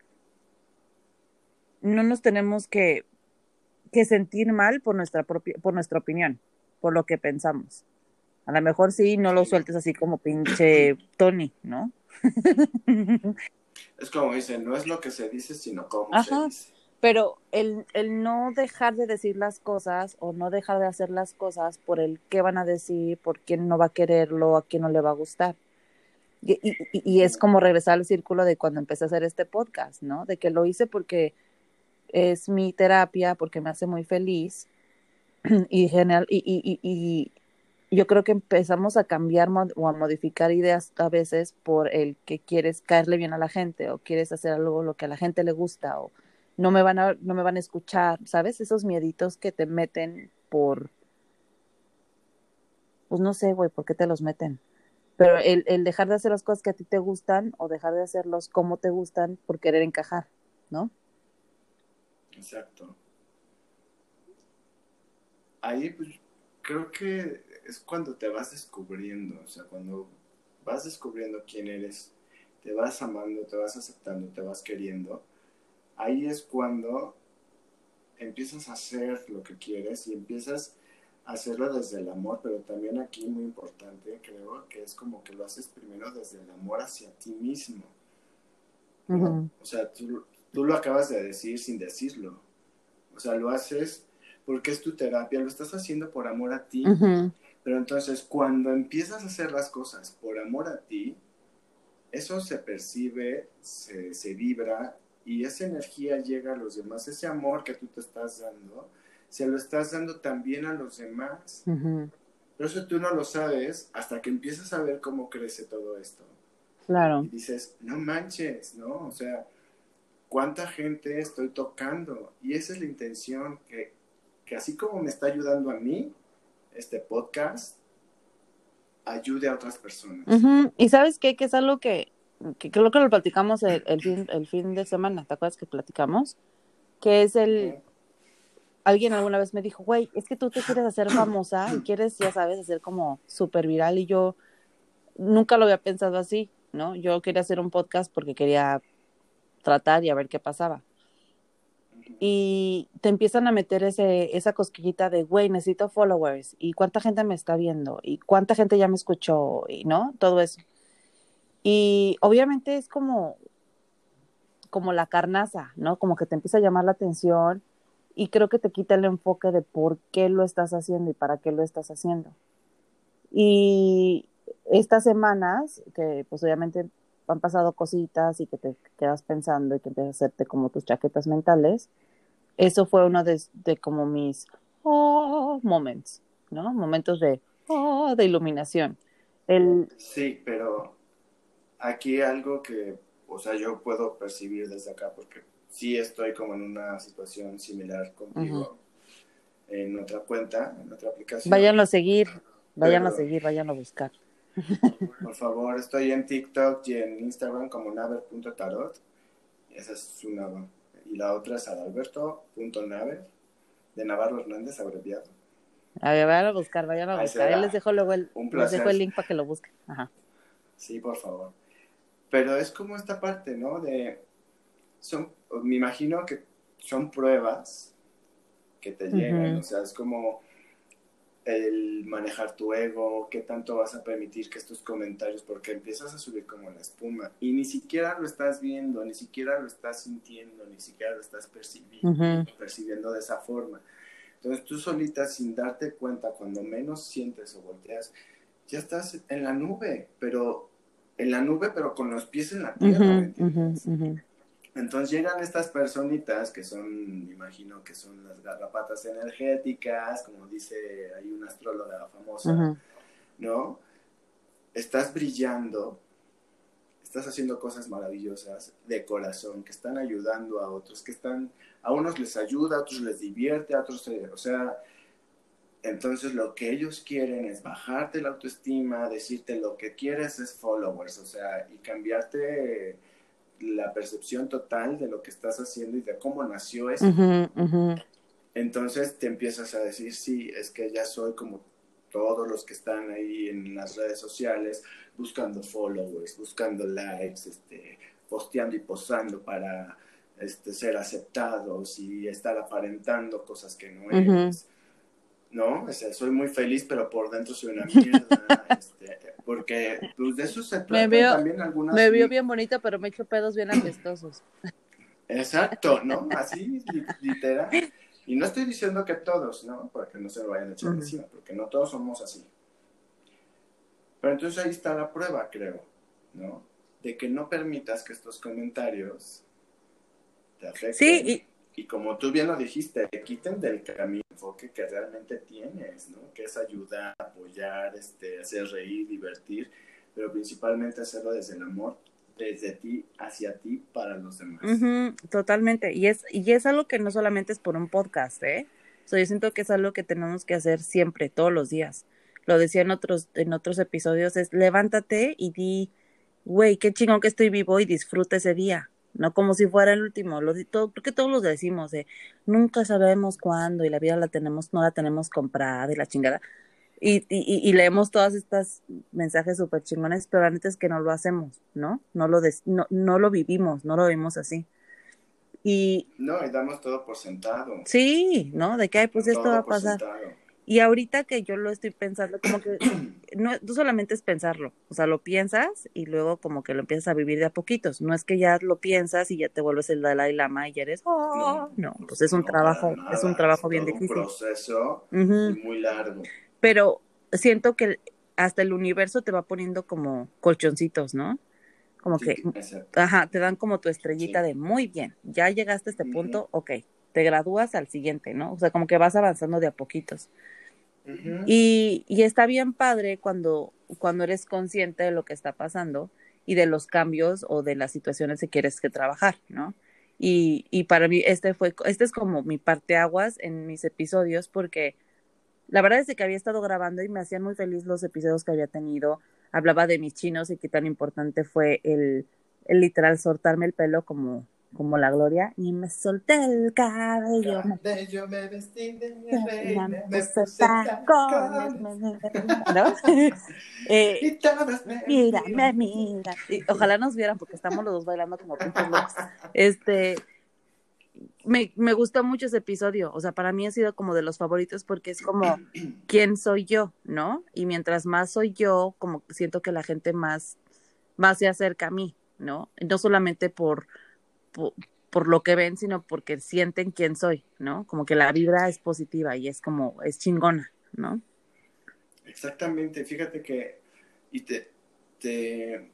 no nos tenemos que, que sentir mal por nuestra propia, por nuestra opinión, por lo que pensamos. A lo mejor sí, no lo sueltes así como pinche Tony, ¿no? Es como dicen, no es lo que se dice, sino cómo Ajá. se dice. Pero el, el no dejar de decir las cosas o no dejar de hacer las cosas por el qué van a decir, por quién no va a quererlo, a quién no le va a gustar. Y, y, y es como regresar al círculo de cuando empecé a hacer este podcast, ¿no? De que lo hice porque es mi terapia, porque me hace muy feliz y, general, y, y, y, y yo creo que empezamos a cambiar mod, o a modificar ideas a veces por el que quieres caerle bien a la gente o quieres hacer algo lo que a la gente le gusta o no me van a, no me van a escuchar, ¿sabes? Esos mieditos que te meten por, pues no sé, güey, ¿por qué te los meten? Pero el, el dejar de hacer las cosas que a ti te gustan o dejar de hacerlos como te gustan por querer encajar, ¿no? Exacto. Ahí pues, creo que es cuando te vas descubriendo, o sea, cuando vas descubriendo quién eres, te vas amando, te vas aceptando, te vas queriendo, ahí es cuando empiezas a hacer lo que quieres y empiezas a hacerlo desde el amor, pero también aquí muy importante, creo, que es como que lo haces primero desde el amor hacia ti mismo, ¿no? Uh-huh. O sea, tú, tú lo acabas de decir sin decirlo, o sea, lo haces porque es tu terapia, lo estás haciendo por amor a ti, uh-huh. Pero entonces cuando empiezas a hacer las cosas por amor a ti, eso se percibe, se, se vibra y esa energía llega a los demás, ese amor que tú te estás dando, se lo estás dando también a los demás. Uh-huh. Pero eso tú no lo sabes hasta que empiezas a ver cómo crece todo esto. Claro. Y dices, no manches, ¿no? O sea, ¿cuánta gente estoy tocando? Y esa es la intención, que, que así como me está ayudando a mí, este podcast, ayude a otras personas. Uh-huh. Y ¿sabes qué? Que es algo que, que creo que lo platicamos el, el, fin, el fin de semana, ¿te acuerdas que platicamos? Que es el... Uh-huh. Alguien alguna vez me dijo, güey, es que tú te quieres hacer famosa y quieres, ya sabes, hacer como súper viral, y yo nunca lo había pensado así, ¿no? Yo quería hacer un podcast porque quería tratar y a ver qué pasaba. y te empiezan a meter ese, esa cosquillita de, güey, necesito followers, y cuánta gente me está viendo, y cuánta gente ya me escuchó, y no, todo eso. Y obviamente es como, como la carnaza, ¿no? Como que te empieza a llamar la atención y creo que te quita el enfoque de por qué lo estás haciendo y para qué lo estás haciendo. Y estas semanas, que pues obviamente han pasado cositas y que te quedas pensando y que empiezas a hacerte como tus chaquetas mentales, eso fue uno de, de como mis oh, moments, ¿no? Momentos de, oh, de iluminación. El... Sí, pero aquí algo que, o sea, yo puedo percibir desde acá, porque sí estoy como en una situación similar contigo, uh-huh. en otra cuenta, en otra aplicación. Váyanlo a seguir, váyanlo pero... a seguir, váyanlo a buscar. Por favor, estoy en TikTok y en Instagram como naver punto tarot. Esa es una. Y la otra es adalberto punto naver, de Navarro Hernández, abreviado. A ver, vayan a buscar, vayan a Ahí buscar. Ahí les dejo luego el, les dejo el link para que lo busquen. Ajá. Sí, por favor. Pero es como esta parte, ¿no? De, son, me imagino que son pruebas que te llegan, uh-huh. O sea, es como el manejar tu ego, qué tanto vas a permitir que estos comentarios, porque empiezas a subir como la espuma y ni siquiera lo estás viendo, ni siquiera lo estás sintiendo, ni siquiera lo estás percibiendo, uh-huh. percibiendo de esa forma. Entonces tú solita, sin darte cuenta, cuando menos sientes o volteas, ya estás en la nube, pero en la nube, pero con los pies en la tierra, uh-huh, ¿me entiendes? Uh-huh, uh-huh. Entonces llegan estas personitas que son, me imagino que son las garrapatas energéticas, como dice, hay una astróloga famosa, uh-huh. ¿no? Estás brillando, estás haciendo cosas maravillosas de corazón, que están ayudando a otros, que están, a unos les ayuda, a otros les divierte, a otros, o sea, entonces lo que ellos quieren es bajarte la autoestima, decirte lo que quieres es followers, o sea, y cambiarte la percepción total de lo que estás haciendo y de cómo nació eso. Uh-huh, uh-huh. Entonces te empiezas a decir, sí, es que ya soy como todos los que están ahí en las redes sociales buscando followers, buscando likes, este, posteando y posando para este, ser aceptados y estar aparentando cosas que no eres. Uh-huh. ¿No? O sea, soy muy feliz, pero por dentro soy una mierda, este, porque pues, de eso se trata. Me veo, también algunas... Me veo bien bonita, pero me echo pedos bien apestosos. Exacto, ¿no? Así, literal. Y no estoy diciendo que todos, ¿no? Porque no se lo vayan a echar uh-huh. encima, porque no todos somos así. Pero entonces ahí está la prueba, creo, ¿no? De que no permitas que estos comentarios te afecten. Sí, y... Y como tú bien lo dijiste, te quiten del camino el enfoque que realmente tienes, ¿no? Que es ayudar, apoyar, este, hacer reír, divertir, pero principalmente hacerlo desde el amor, desde ti hacia ti para los demás. Uh-huh, totalmente. Y es, y es algo que no solamente es por un podcast, ¿eh? O sea, yo siento que es algo que tenemos que hacer siempre, todos los días. Lo decía en otros, en otros episodios, es levántate y di, güey, qué chingón que estoy vivo y disfruta ese día. No como si fuera el último, lo di todo, porque todos los decimos, eh, nunca sabemos cuándo y la vida la tenemos, no la tenemos comprada y la chingada. Y, y, y leemos todas estas mensajes súper chingones, pero la neta es que no lo hacemos, ¿no? No lo, des, no, no lo vivimos, no lo vivimos así. Y... No, y damos todo por sentado. Sí, ¿no? De que, ay, pues esto va a pasar. Sentado. Y ahorita que yo lo estoy pensando, como que no, no solamente es pensarlo, o sea, lo piensas y luego como que lo empiezas a vivir de a poquitos. No es que ya lo piensas y ya te vuelves el Dalai Lama y ya eres, oh, no, no pues es un no, trabajo, es un trabajo es bien difícil. Un proceso uh-huh. muy largo. Pero siento que hasta el universo te va poniendo como colchoncitos, ¿no? Como sí, que, exacto. Ajá, te dan como tu estrellita sí. de muy bien, ya llegaste a este uh-huh. punto, ok, te gradúas al siguiente, ¿no? O sea, como que vas avanzando de a poquitos. Uh-huh. Y, y está bien padre cuando, cuando eres consciente de lo que está pasando y de los cambios o de las situaciones que quieres que trabajar, ¿no? Y, y para mí este fue, este es como mi parteaguas en mis episodios porque la verdad es que había estado grabando y me hacían muy feliz los episodios que había tenido. Hablaba de mis chinos y qué tan importante fue el, el literal soltarme el pelo como, como la Gloria. Y me solté el cabello. Cabello me vestí de mi reina, me, me puse tacones. ¿No? eh, y todas me mira, me mira. Y ojalá nos vieran porque estamos los dos bailando como pinches locos. Este... me, me gustó mucho ese episodio, o sea, para mí ha sido como de los favoritos porque es como, ¿quién soy yo? ¿No? Y mientras más soy yo, como que siento que la gente más, más se acerca a mí, ¿no? No solamente por, por, por lo que ven, sino porque sienten quién soy, ¿no? Como que la vibra es positiva y es como, es chingona, ¿no? Exactamente, fíjate que, y te, te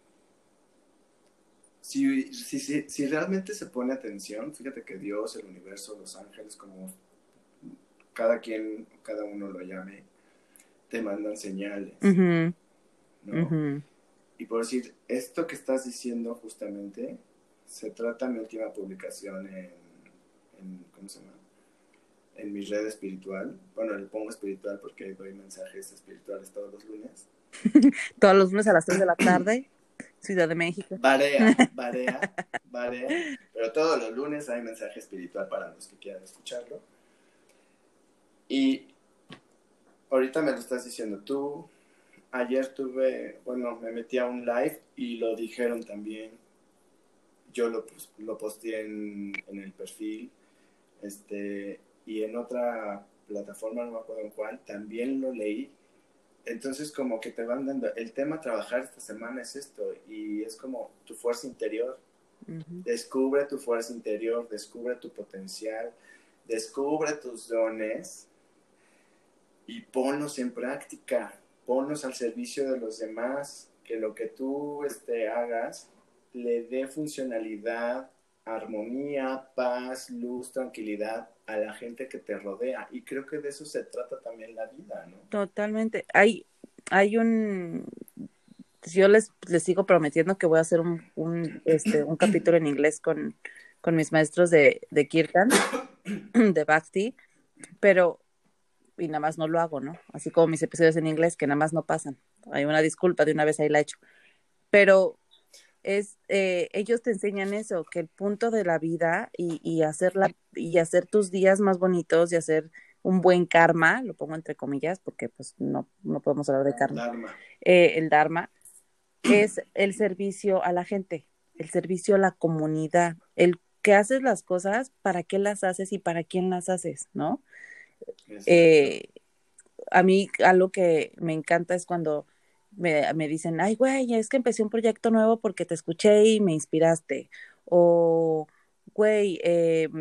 si, si, si, si realmente se pone atención, fíjate que Dios, el universo, los ángeles, como cada quien, cada uno lo llame, te mandan señales, Uh-huh. ¿no? Uh-huh. Y por decir, esto que estás diciendo justamente, se trata de mi última publicación en, en ¿cómo se llama? En mi red espiritual. Bueno, le pongo espiritual porque doy mensajes espirituales todos los lunes. Todos los lunes a las tres de la tarde, Ciudad de México. Varea, varea, varea. Pero todos los lunes hay mensaje espiritual para los que quieran escucharlo. Y ahorita me lo estás diciendo tú. Ayer tuve, bueno, me metí a un live y lo dijeron también. Yo lo, lo posteé en, en el perfil. Este, y en otra plataforma, no me acuerdo en cuál, también lo leí. Entonces como que te van dando, el tema a trabajar esta semana es esto, y es como tu fuerza interior. Uh-huh. Descubre tu fuerza interior, descubre tu potencial, descubre tus dones y ponlos en práctica, ponlos al servicio de los demás, que lo que tú este, hagas le dé funcionalidad, armonía, paz, luz, tranquilidad a la gente que te rodea. Y creo que de eso se trata también la vida, ¿no? Totalmente. Hay, hay un... Yo les, les sigo prometiendo que voy a hacer un, un, este, un capítulo en inglés con, con mis maestros de, de Kirtan, de Bhakti, pero... y nada más no lo hago, ¿no? Así como mis episodios en inglés que nada más no pasan. Hay una disculpa, de una vez ahí la he hecho. Pero es, eh, ellos te enseñan eso, que el punto de la vida y, y, hacer la, y hacer tus días más bonitos y hacer un buen karma, lo pongo entre comillas porque pues no, no podemos hablar de karma, Dharma. Eh, el dharma, es el servicio a la gente, el servicio a la comunidad, el que haces las cosas, para qué las haces y para quién las haces, ¿no? Eh, a mí algo que me encanta es cuando me, me dicen, ay, güey, es que empecé un proyecto nuevo porque te escuché y me inspiraste. O, güey, eh,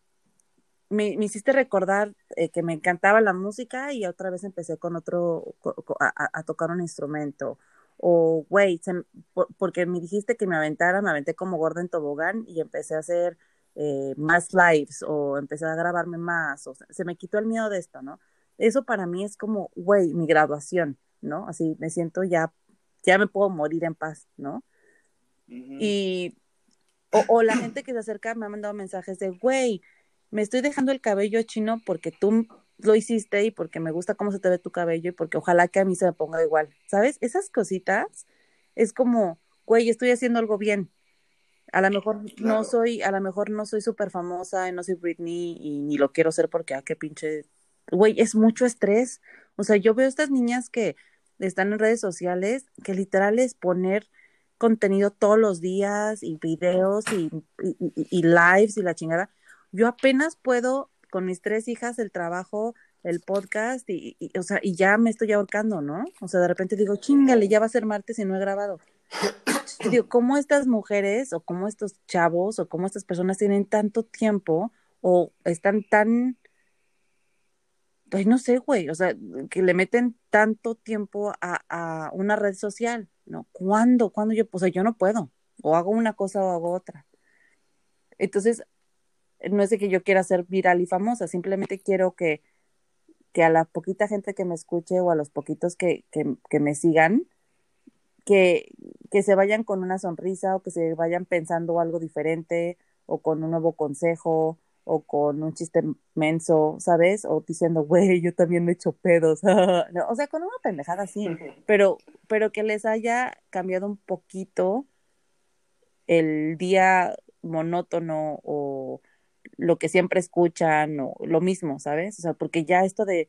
me, me hiciste recordar eh, que me encantaba la música y otra vez empecé con otro, co, co, a, a, tocar un instrumento. O, güey, se, por, porque me dijiste que me aventara, me aventé como gorda en tobogán y empecé a hacer eh, más lives o empecé a grabarme más. O sea, se me quitó el miedo de esto, ¿no? Eso para mí es como, güey, mi graduación, ¿no? Así me siento ya, ya me puedo morir en paz, ¿no? Uh-huh. Y, o, o la gente que se acerca me ha mandado mensajes de, güey, me estoy dejando el cabello chino porque tú lo hiciste y porque me gusta cómo se te ve tu cabello y porque ojalá que a mí se me ponga igual, ¿sabes? Esas cositas es como, güey, estoy haciendo algo bien. A lo mejor claro. no soy, a lo mejor no soy súper famosa y no soy Britney y ni lo quiero ser porque, ah, qué pinche, güey, es mucho estrés. O sea, yo veo estas niñas que están en redes sociales que literal es poner contenido todos los días y videos y, y, y, y lives y la chingada. Yo apenas puedo con mis tres hijas, el trabajo, el podcast y, y, o sea, y ya me estoy ahorcando, ¿no? O sea, de repente digo, chingale, ya va a ser martes y no he grabado. Y digo, ¿cómo estas mujeres o cómo estos chavos o cómo estas personas tienen tanto tiempo o están tan, pues no sé, güey, o sea, que le meten tanto tiempo a, a una red social, ¿no? ¿Cuándo? ¿Cuándo yo? O sea, yo no puedo. O hago una cosa o hago otra. Entonces, no es de que yo quiera ser viral y famosa, simplemente quiero que, que a la poquita gente que me escuche o a los poquitos que, que, que me sigan, que, que se vayan con una sonrisa o que se vayan pensando algo diferente o con un nuevo consejo o con un chiste menso, ¿sabes? O diciendo, güey, yo también me echo pedos. No, o sea, con una pendejada así, pero, pero que les haya cambiado un poquito el día monótono o lo que siempre escuchan o lo mismo, ¿sabes? O sea, porque ya esto de,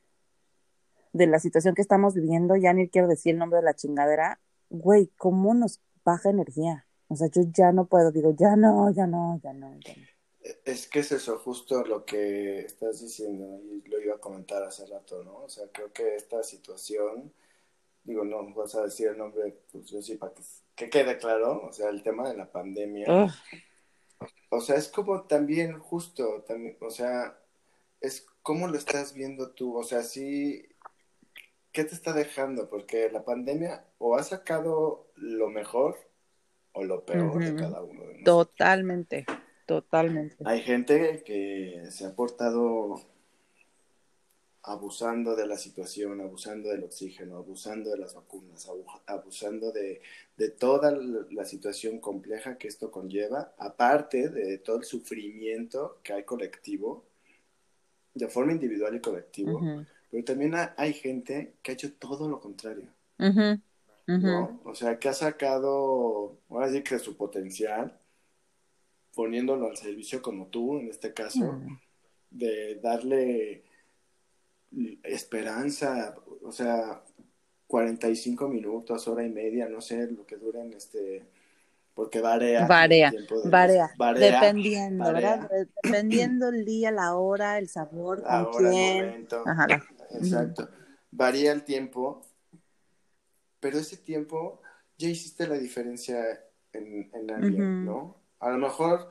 de la situación que estamos viviendo, ya ni quiero decir el nombre de la chingadera, güey, ¿cómo nos baja energía? O sea, yo ya no puedo, digo, ya no, ya no, ya no, ya no. Es que es eso, justo lo que estás diciendo, y lo iba a comentar hace rato, ¿no? O sea, creo que esta situación, digo, no vas a decir el nombre, pues yo sí, para que, que quede claro, o sea, el tema de la pandemia, Ugh. o sea, es como también justo, también, o sea, es cómo lo estás viendo tú, o sea, sí, ¿qué te está dejando? Porque la pandemia o ha sacado lo mejor o lo peor de Ujú. cada uno de nosotros. Totalmente, totalmente. Hay gente que se ha portado abusando de la situación, abusando del oxígeno, abusando de las vacunas, abusando de, de toda la situación compleja que esto conlleva, aparte de todo el sufrimiento que hay colectivo, de forma individual y colectivo, Ujú, pero también hay gente que ha hecho todo lo contrario, ujú, ujú, ¿no? O sea, que ha sacado, ahora sí que su potencial, poniéndolo al servicio como tú, en este caso, mm. de darle esperanza, o sea, cuarenta y cinco minutos, hora y media, no sé lo que duren, este, porque varía el Varía, tiempo de los, varía, varía, dependiendo, ¿verdad? varía, De- Dependiendo el día, la hora, el sabor, con ahora el quién. momento, Ajá. la- ujú, exacto, varía el tiempo, pero ese tiempo ya hiciste la diferencia en, en alguien, ujú, ¿no? A lo mejor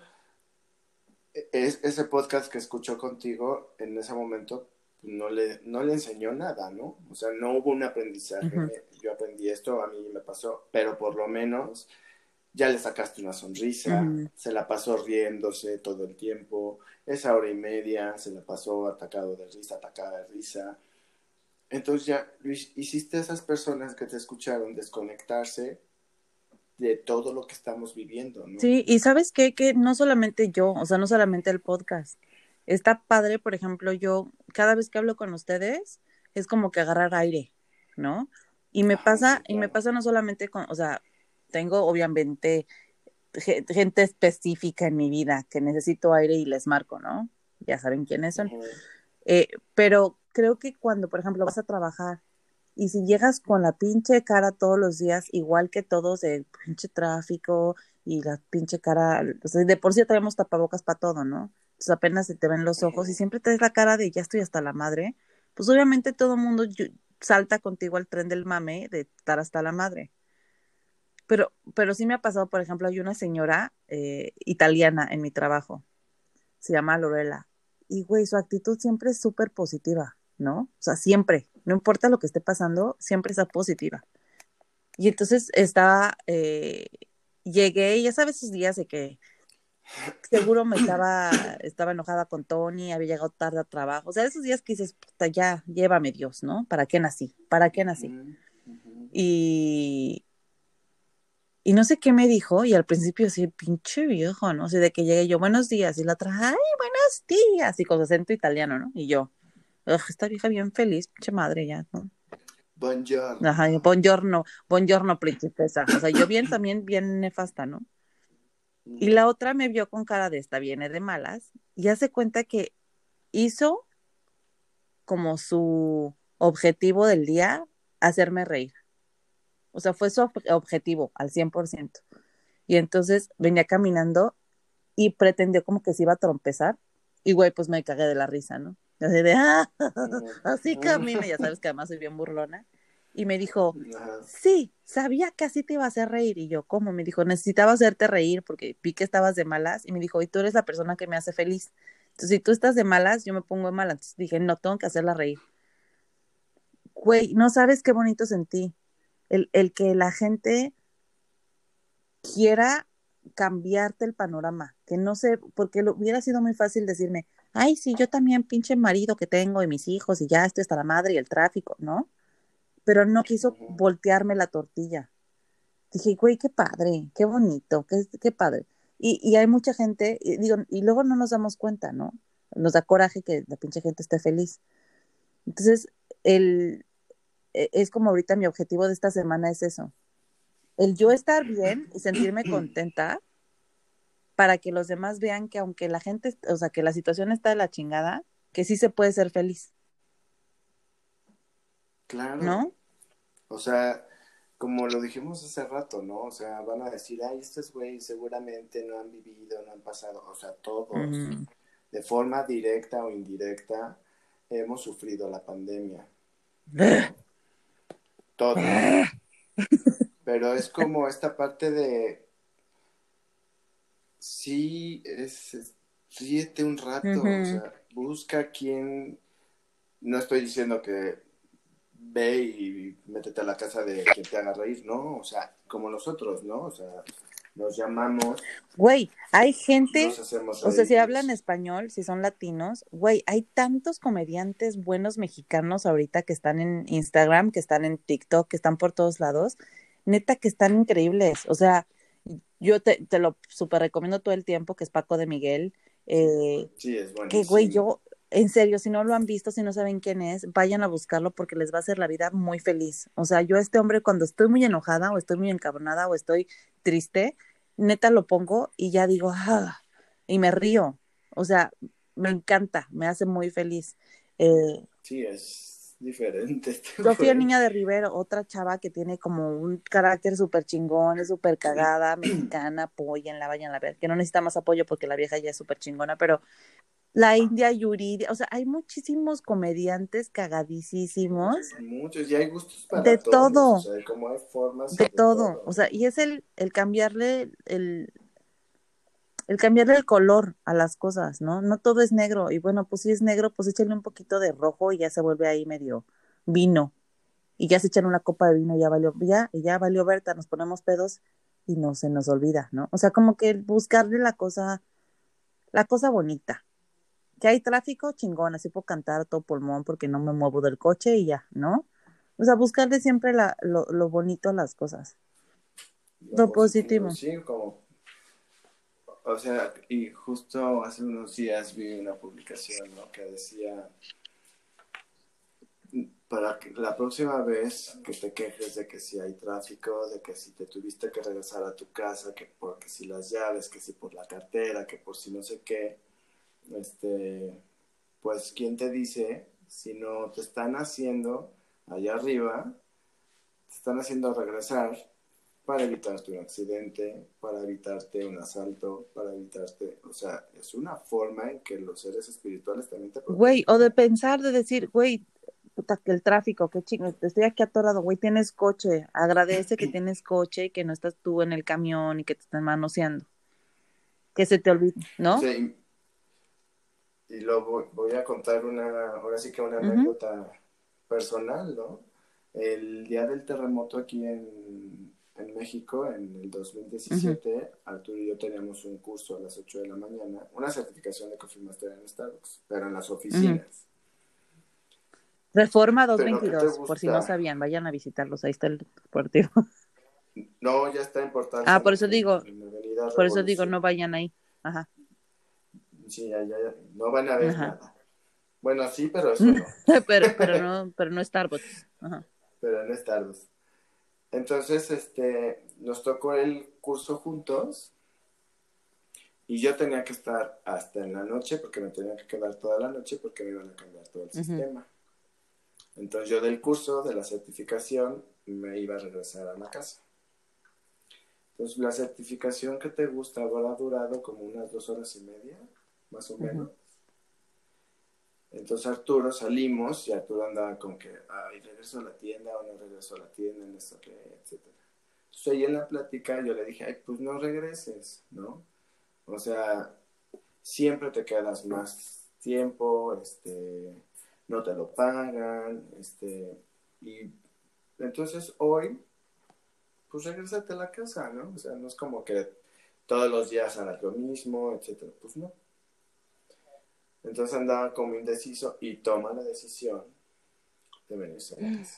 es, ese podcast que escuchó contigo en ese momento no le, no le enseñó nada, ¿no? O sea, no hubo un aprendizaje, ujú, me, yo aprendí esto, a mí me pasó, pero por lo menos ya le sacaste una sonrisa, ujú. se la pasó riéndose todo el tiempo, esa hora y media se la pasó atacado de risa, atacada de risa. Entonces ya hiciste a esas personas que te escucharon desconectarse de todo lo que estamos viviendo, ¿no? Sí, y ¿sabes qué? Que no solamente yo, o sea, no solamente el podcast. Está padre, por ejemplo, yo cada vez que hablo con ustedes es como que agarrar aire, ¿no? Y me Ajá, pasa, sí, y me claro. pasa no solamente con, o sea, tengo obviamente ge- gente específica en mi vida que necesito aire y les marco, ¿no? Ya saben quiénes son. Uh-huh. Eh, pero creo que cuando, por ejemplo, vas a trabajar y si llegas con la pinche cara todos los días, igual que todos, el pinche tráfico y la pinche cara, o sea, de por sí traemos tapabocas para todo, ¿no? Entonces apenas se te ven los ojos y Uh-huh. siempre traes la cara de ya estoy hasta la madre, pues obviamente todo el mundo yu- salta contigo al tren del mame de estar hasta la madre. Pero, pero sí me ha pasado, por ejemplo, hay una señora eh, italiana en mi trabajo, se llama Lorela, y güey, su actitud siempre es súper positiva, ¿no? O sea, siempre, no importa lo que esté pasando, siempre está positiva. Y entonces estaba, eh, llegué, y ya sabes esos días de que seguro me estaba, estaba enojada con Tony, había llegado tarde a trabajo, o sea, esos días que dices, puta, ya, llévame Dios, ¿no? ¿Para qué nací? ¿Para qué nací? Uh-huh. Uh-huh. Y Y no sé qué me dijo, y al principio así, pinche viejo, ¿no? Así de que llegué yo, buenos días, y la otra, ay, buenos días, y con acento italiano, ¿no? Y yo, ugh, esta vieja bien feliz, pinche madre ya, ¿no? Ajá, y Buongiorno. buongiorno, buongiorno, princesa. O sea, yo bien también, bien nefasta, ¿no? Y Uh-huh. la otra me vio con cara de esta, viene de malas, y hace cuenta que hizo como su objetivo del día hacerme reír. O sea, fue su ob- objetivo al cien por ciento. Y entonces venía caminando y pretendió como que se iba a trompezar. Y güey, pues me cagué de la risa, ¿no? Así de, ah, así camina, ya sabes que además soy bien burlona. Y me dijo, Ajá. sí, sabía que así te iba a hacer reír. Y yo, ¿cómo? Me dijo, necesitaba hacerte reír porque vi que estabas de malas. Y me dijo, y tú eres la persona que me hace feliz. Entonces, si tú estás de malas, yo me pongo de malas. Entonces dije, no, tengo que hacerla reír. Güey, no sabes qué bonito sentí. El, el que la gente quiera cambiarte el panorama, que no sé, porque lo, hubiera sido muy fácil decirme, ay, sí, yo también pinche marido que tengo y mis hijos y ya estoy hasta la madre y el tráfico, ¿no? Pero no quiso Uh-huh. voltearme la tortilla. Dije, güey, qué padre, qué bonito, qué, qué padre. Y, y hay mucha gente, y, digo, y luego no nos damos cuenta, ¿no? Nos da coraje que la pinche gente esté feliz. Entonces, el, e- es como ahorita mi objetivo de esta semana es eso, el yo estar bien y sentirme contenta para que los demás vean que aunque la gente, o sea, que la situación está de la chingada, que sí se puede ser feliz, Claro. ¿no? O sea, como lo dijimos hace rato, ¿no? O sea, van a decir, ay, estos güeyes seguramente no han vivido, no han pasado, o sea, todos, Ujú. de forma directa o indirecta, hemos sufrido la pandemia, ¿no? Todos. Pero es como esta parte de, sí, es, es ríete un rato, o Ujú. sea, busca quien, no estoy diciendo que ve y métete a la casa de quien te haga reír, ¿no? O sea, como nosotros, ¿no? O sea, nos llamamos, Güey, hay gente, nos hacemos o sea, si reír. hablan español, si son latinos, güey, hay tantos comediantes buenos mexicanos ahorita que están en Instagram, que están en TikTok, que están por todos lados, neta que están increíbles. O sea, yo te, te lo súper recomiendo todo el tiempo, que es Paco de Miguel. Eh, Sí, es que, güey, buenísimo. yo, en serio, si no lo han visto, si no saben quién es, vayan a buscarlo porque les va a hacer la vida muy feliz. O sea, yo a este hombre cuando estoy muy enojada o estoy muy encabronada o estoy triste, neta lo pongo y ya digo, ah, y me río. O sea, me encanta, me hace muy feliz. Eh, Sí, es diferente este Sofía güey. Niña de Rivero, otra chava que tiene como un carácter súper chingón, es súper cagada, mexicana, apóyenla, vayan a ver, que no necesita más apoyo porque la vieja ya es súper chingona, pero la India Yuridia, o sea, hay muchísimos comediantes cagadísimos Muchos, y hay gustos de para todos, o todo, sea, como hay formas, de hay de todo, o todo. sea, y es el, el cambiarle el, el cambiarle el color a las cosas, ¿no? No todo es negro, y bueno, pues si es negro, pues échale un poquito de rojo y ya se vuelve ahí medio vino, y ya se echan una copa de vino, ya valió, ya, y ya valió Berta, nos ponemos pedos y no se nos olvida, ¿no? O sea, como que buscarle la cosa, la cosa bonita. Que hay tráfico, chingón, así puedo cantar a todo pulmón porque no me muevo del coche y ya, ¿no? O sea, buscarle siempre la, lo, lo bonito a las cosas, Lo lo positivo, positivo. sí, como, o sea, y justo hace unos días vi una publicación, ¿no? Que decía, para que la próxima vez que te quejes de que si hay tráfico, de que si te tuviste que regresar a tu casa, que porque si las llaves, que si por la cartera, que por si no sé qué, este, pues, ¿quién te dice si no te están haciendo allá arriba, te están haciendo regresar para evitarte un accidente, para evitarte un asalto, para evitarte, o sea, es una forma en que los seres espirituales también te Güey, protegen, o de ¿eh? pensar, de decir, güey, puta, que el tráfico, qué chingo, estoy aquí atorado, güey, tienes coche, agradece que tienes coche y que no estás tú en el camión y que te están manoseando, que se te olvide, O ¿no? sea, y, y lo voy, voy a contar una, ahora sí que una Ujú, anécdota personal, ¿no? El día del terremoto aquí en, en México, en el dos mil ujú. diecisiete, Arturo y yo teníamos un curso a las ocho de la mañana, una certificación de Coffee Master en Starbucks, pero en las Ujú. oficinas. Reforma Pero ¿qué te doscientos veintidós, por si no gusta? sabían, vayan a visitarlos, ahí está el deportivo. No, ya está en Portal Ah, San por eso Ángel, digo, en Avenida por eso digo, Revolución. no vayan ahí. Ajá, Sí, ya, ya, ya, no van a ver ajá. nada. Bueno, sí, pero eso no. Pero, pero no, pero no Starbucks. Ajá. Pero no es tarde. Entonces, este, nos tocó el curso juntos y yo tenía que estar hasta en la noche porque me tenía que quedar toda la noche porque me iban a cambiar todo el Ujú. sistema. Entonces yo del curso, de la certificación, me iba a regresar a la casa. Entonces la certificación que te gusta habrá durado como unas dos horas y media, más o Ujú. menos. Entonces Arturo salimos y Arturo andaba con que, ay, regreso a la tienda o no regreso a la tienda, en esto que, etcétera. Entonces ahí en la plática yo le dije, ay, pues no regreses, ¿no? O sea, siempre te quedas más tiempo, este, no te lo pagan, este, y entonces hoy, pues regrésate a la casa, ¿no? O sea, no es como que todos los días hagas lo mismo, etcétera. Pues no. Entonces andaba como indeciso y toma la decisión de venirse a la casa.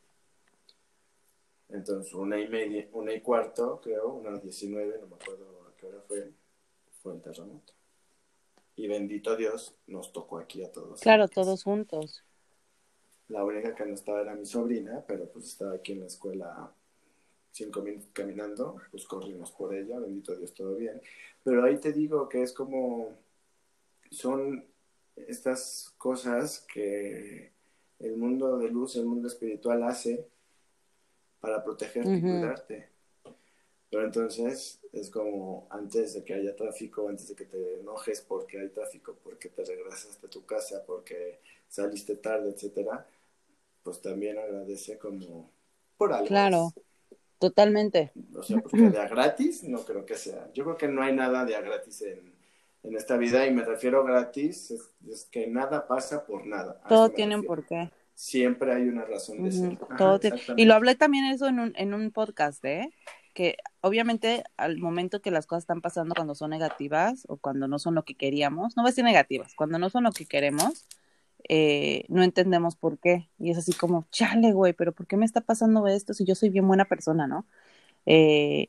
Entonces, una y media, una y cuarto, creo, una diecinueve, no me acuerdo a qué hora fue, fue el terremoto. Y bendito Dios, nos tocó aquí a todos en la Claro, casa. todos juntos. La única que no estaba era mi sobrina, pero pues estaba aquí en la escuela cinco minutos caminando, pues corrimos por ella, bendito Dios, todo bien. Pero ahí te digo que es como, son estas cosas que el mundo de luz, el mundo espiritual hace para protegerte y Ujú. cuidarte. Pero entonces es como antes de que haya tráfico, antes de que te enojes porque hay tráfico, porque te regresaste a tu casa, porque saliste tarde, etcétera, pues también agradece como por algo Claro, es. totalmente. O sea, porque de a gratis no creo que sea. Yo creo que no hay nada de a gratis en, en esta vida y me refiero a gratis, es, es que nada pasa por nada, a eso Todo me tiene un refiero. porqué. Siempre hay una razón de ser. Ujú, Ajá, todo tiene- Y lo exactamente. hablé también eso en un, en un podcast, ¿eh? Que obviamente al momento que las cosas están pasando cuando son negativas o cuando no son lo que queríamos, no voy a decir negativas, cuando no son lo que queremos, eh, no entendemos por qué. Y es así como, chale, güey, pero ¿por qué me está pasando esto si yo soy bien buena persona, ¿no? Eh,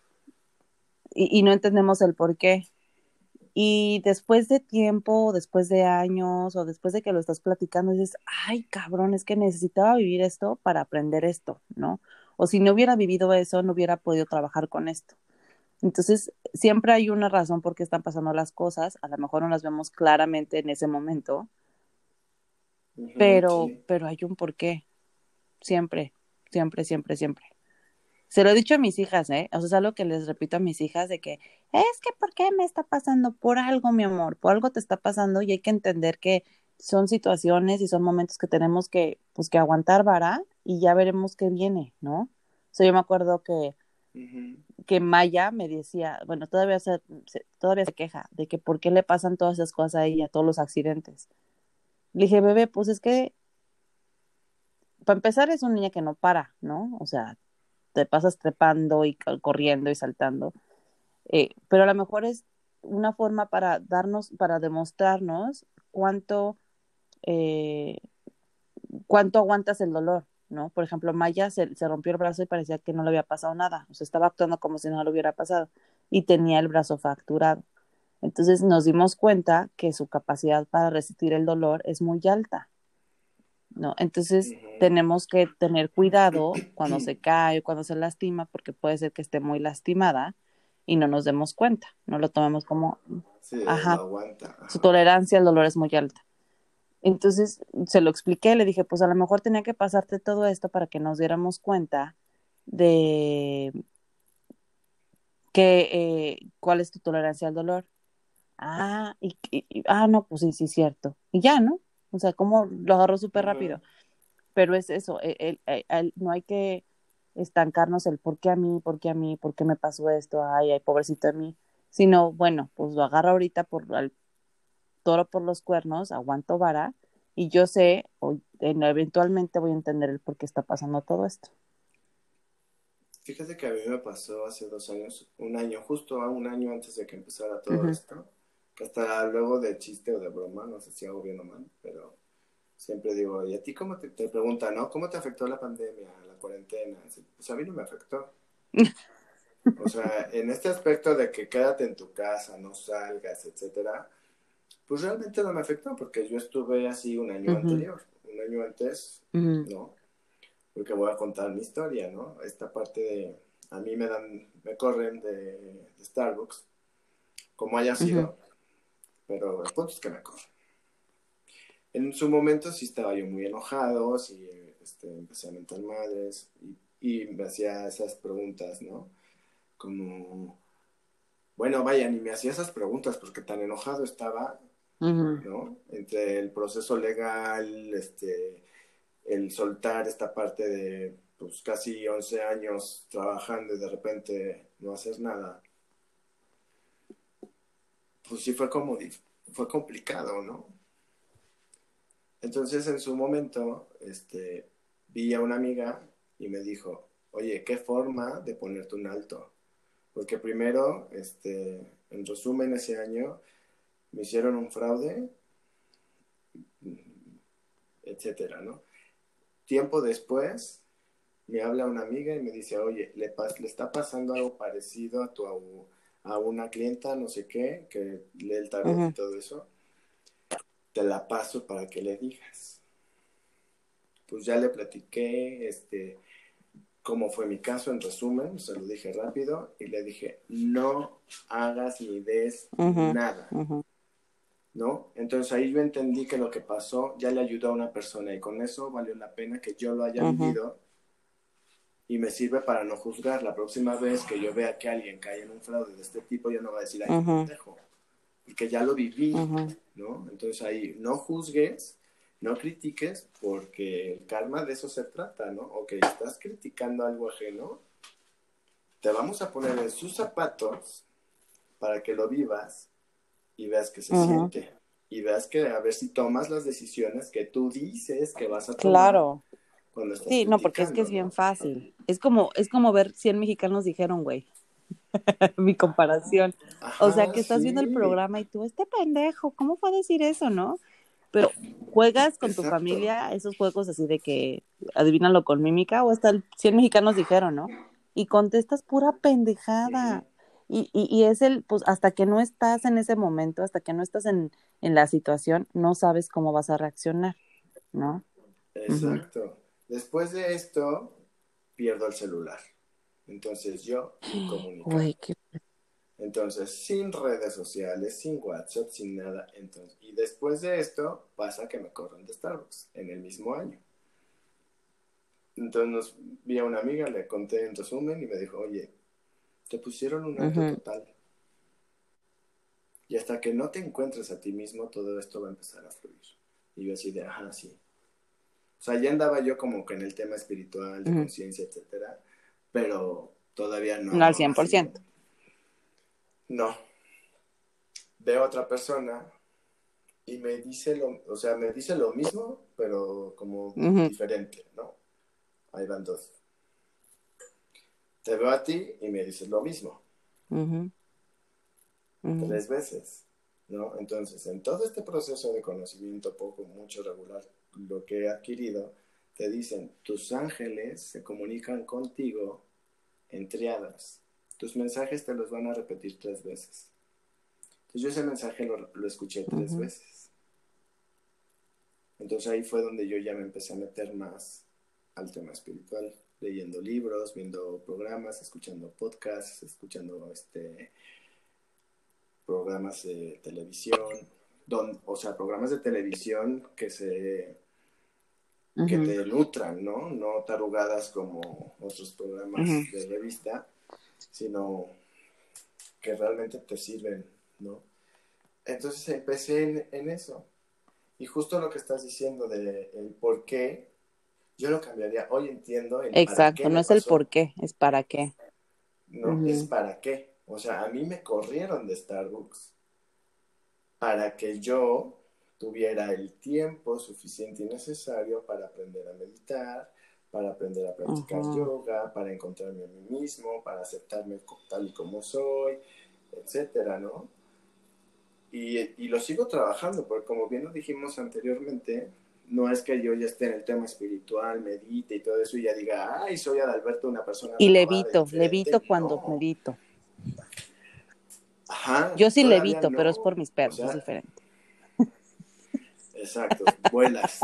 y, y no entendemos el por qué. Y después de tiempo, después de años, o después de que lo estás platicando, dices, ay, cabrón, es que necesitaba vivir esto para aprender esto, ¿no? O si no hubiera vivido eso, no hubiera podido trabajar con esto. Entonces, siempre hay una razón por qué están pasando las cosas, a lo mejor no las vemos claramente en ese momento, Ujú, pero, sí. pero hay un porqué, siempre, siempre, siempre, siempre. Se lo he dicho a mis hijas, ¿eh? O sea, es algo que les repito a mis hijas de que es que ¿por qué me está pasando? Por algo, mi amor, por algo te está pasando y hay que entender que son situaciones y son momentos que tenemos que, pues, que aguantar vara y ya veremos qué viene, ¿no? O sea, yo me acuerdo que, Ujú. que Maya me decía, bueno, todavía se, se- todavía se queja de que por qué le pasan todas esas cosas a ella, todos los accidentes. Le dije, bebé, pues es que, para empezar, es una niña que no para, ¿no? O sea, te pasas trepando y co- corriendo y saltando. Eh, pero a lo mejor es una forma para darnos, para demostrarnos cuánto, eh, cuánto aguantas el dolor, ¿no? Por ejemplo, Maya se, se rompió el brazo y parecía que no le había pasado nada, o sea, estaba actuando como si no le hubiera pasado y tenía el brazo fracturado. Entonces nos dimos cuenta que su capacidad para resistir el dolor es muy alta, ¿no? Entonces Ujú. tenemos que tener cuidado cuando se cae o cuando se lastima, porque puede ser que esté muy lastimada y no nos demos cuenta, no lo tomemos como, Sí, lo ajá, aguanta. su Ajá. tolerancia al dolor es muy alta. Entonces se lo expliqué, le dije, pues a lo mejor tenía que pasarte todo esto para que nos diéramos cuenta de que, eh, cuál es tu tolerancia al dolor. Ah, y, y- y- ah, no, pues sí, sí, cierto. Y ya, ¿no? O sea, como lo agarró súper Ujú. rápido. Pero es eso, el- el- el- el- no hay que estancarnos el por qué a mí, por qué a mí, por qué me pasó esto, ay, ay, pobrecito de mí, sino, bueno, pues lo agarro ahorita por al toro por los cuernos, aguanto vara y yo sé, o, en- eventualmente voy a entender el por qué está pasando todo esto. Fíjate que a mí me pasó hace dos años, un año, justo a un año antes de que empezara todo Ujú, esto, que hasta luego de chiste o de broma, no sé si hago bien o mal, pero siempre digo, ¿y a ti cómo te, te preguntan, ¿no? ¿Cómo te afectó la pandemia, la cuarentena? Pues a mí no me afectó. O sea, en este aspecto de que quédate en tu casa, no salgas, etcétera, pues realmente no me afectó porque yo estuve así un año ujú, anterior, un año antes, ujú, ¿no? Porque voy a contar mi historia, ¿no? Esta parte de, a mí me dan, me corren de, de Starbucks, como haya ujú, sido, pero el punto es que me corren. En su momento sí estaba yo muy enojado, sí, este, empecé a mentar madres y, y me hacía esas preguntas, ¿no? Como, bueno, vaya, ni me hacía esas preguntas porque tan enojado estaba, ujú, ¿no? Entre el proceso legal, este, el soltar esta parte de pues casi once años trabajando y de repente no hacer nada, pues sí fue como, fue complicado, ¿no? Entonces en su momento, este, vi a una amiga y me dijo, oye, ¿qué forma de ponerte un alto? Porque primero, este, en resumen, ese año me hicieron un fraude, etcétera, ¿no? Tiempo después, me habla una amiga y me dice, oye, le, pas le está pasando algo parecido a tu a una clienta, no sé qué, que lee el tarot y ujú. todo eso, te la paso para que le digas. Pues ya le platiqué, este, cómo fue mi caso en resumen, se lo dije rápido y le dije, no hagas ni des Ujú, nada, ujú, ¿no? Entonces ahí yo entendí que lo que pasó ya le ayudó a una persona y con eso valió la pena que yo lo haya ujú. vivido y me sirve para no juzgar. La próxima vez que yo vea que alguien cae en un fraude de este tipo, yo no voy a decir, ay, qué Uh-huh. pendejo, porque ya lo viví, Uh-huh. ¿no? Entonces ahí, no juzgues, no critiques, porque el karma de eso se trata, ¿no? Ok, estás criticando algo ajeno, te vamos a poner en sus zapatos para que lo vivas y veas que se Uh-huh. siente. Y veas que a ver si tomas las decisiones que tú dices que vas a tomar. Claro. Cuando estás Sí, no, porque es que es bien ¿no? fácil. Es como, es como ver cien mexicanos dijeron, güey. Mi comparación. Ajá, O sea, que estás sí. viendo el programa y tú, este pendejo, ¿cómo fue a decir eso, no? Pero juegas con tu Exacto. familia esos juegos así de que adivínalo con mímica o hasta el cien mexicanos dijeron, ¿no? Y contestas pura pendejada. Y, y, y es el, pues hasta que no estás en ese momento, hasta que no estás en, en la situación, no sabes cómo vas a reaccionar, ¿no? Exacto. Uh-huh. Después de esto, pierdo el celular. Entonces yo, incomunicado. Güey, qué... Entonces, sin redes sociales, sin WhatsApp, sin nada. Entonces, y después de esto, pasa que me corren de Starbucks en el mismo año. Entonces nos vi a una amiga, le conté en resumen y me dijo, oye, te pusieron un alto uh-huh. total. Y hasta que no te encuentres a ti mismo, todo esto va a empezar a fluir. Y yo así de, ajá, sí. O sea, ya andaba yo como que en el tema espiritual, de uh-huh. conciencia, etcétera, pero todavía no. No al cien por ciento. Así, no. Veo a otra persona y me dice lo, o sea, me dice lo mismo, pero como uh-huh. diferente, ¿no? Ahí van dos. Te veo a ti y me dices lo mismo. Uh-huh. Uh-huh. Tres veces, ¿no? Entonces, en todo este proceso de conocimiento, poco, mucho, regular, lo que he adquirido, te dicen, tus ángeles se comunican contigo en triadas. Tus mensajes te los van a repetir tres veces. Entonces, yo ese mensaje lo, lo escuché tres uh-huh. veces. Entonces, ahí fue donde yo ya me empecé a meter más al tema espiritual, leyendo libros, viendo programas, escuchando podcasts, escuchando este... programas de televisión, don, o sea, programas de televisión que se uh-huh. que te nutran, ¿no? No tarugadas como otros programas uh-huh. de revista, sino que realmente te sirven, ¿no? Entonces empecé en, en eso. Y justo lo que estás diciendo de el por qué, yo lo cambiaría. Hoy entiendo el Exacto, para qué no me es pasó. el por qué, es para qué. No, uh-huh. es para qué. O sea, a mí me corrieron de Starbucks para que yo tuviera el tiempo suficiente y necesario para aprender a meditar, para aprender a practicar uh-huh. yoga, para encontrarme a mí mismo, para aceptarme tal y como soy, etcétera, ¿no? Y, y lo sigo trabajando, porque como bien lo dijimos anteriormente, no es que yo ya esté en el tema espiritual, medite y todo eso, y ya diga, ay, soy Adalberto, una persona y levito, levito cuando no. medito. Ajá, yo sí levito, no, pero es por mis perros, o sea, es diferente. Exacto, vuelas.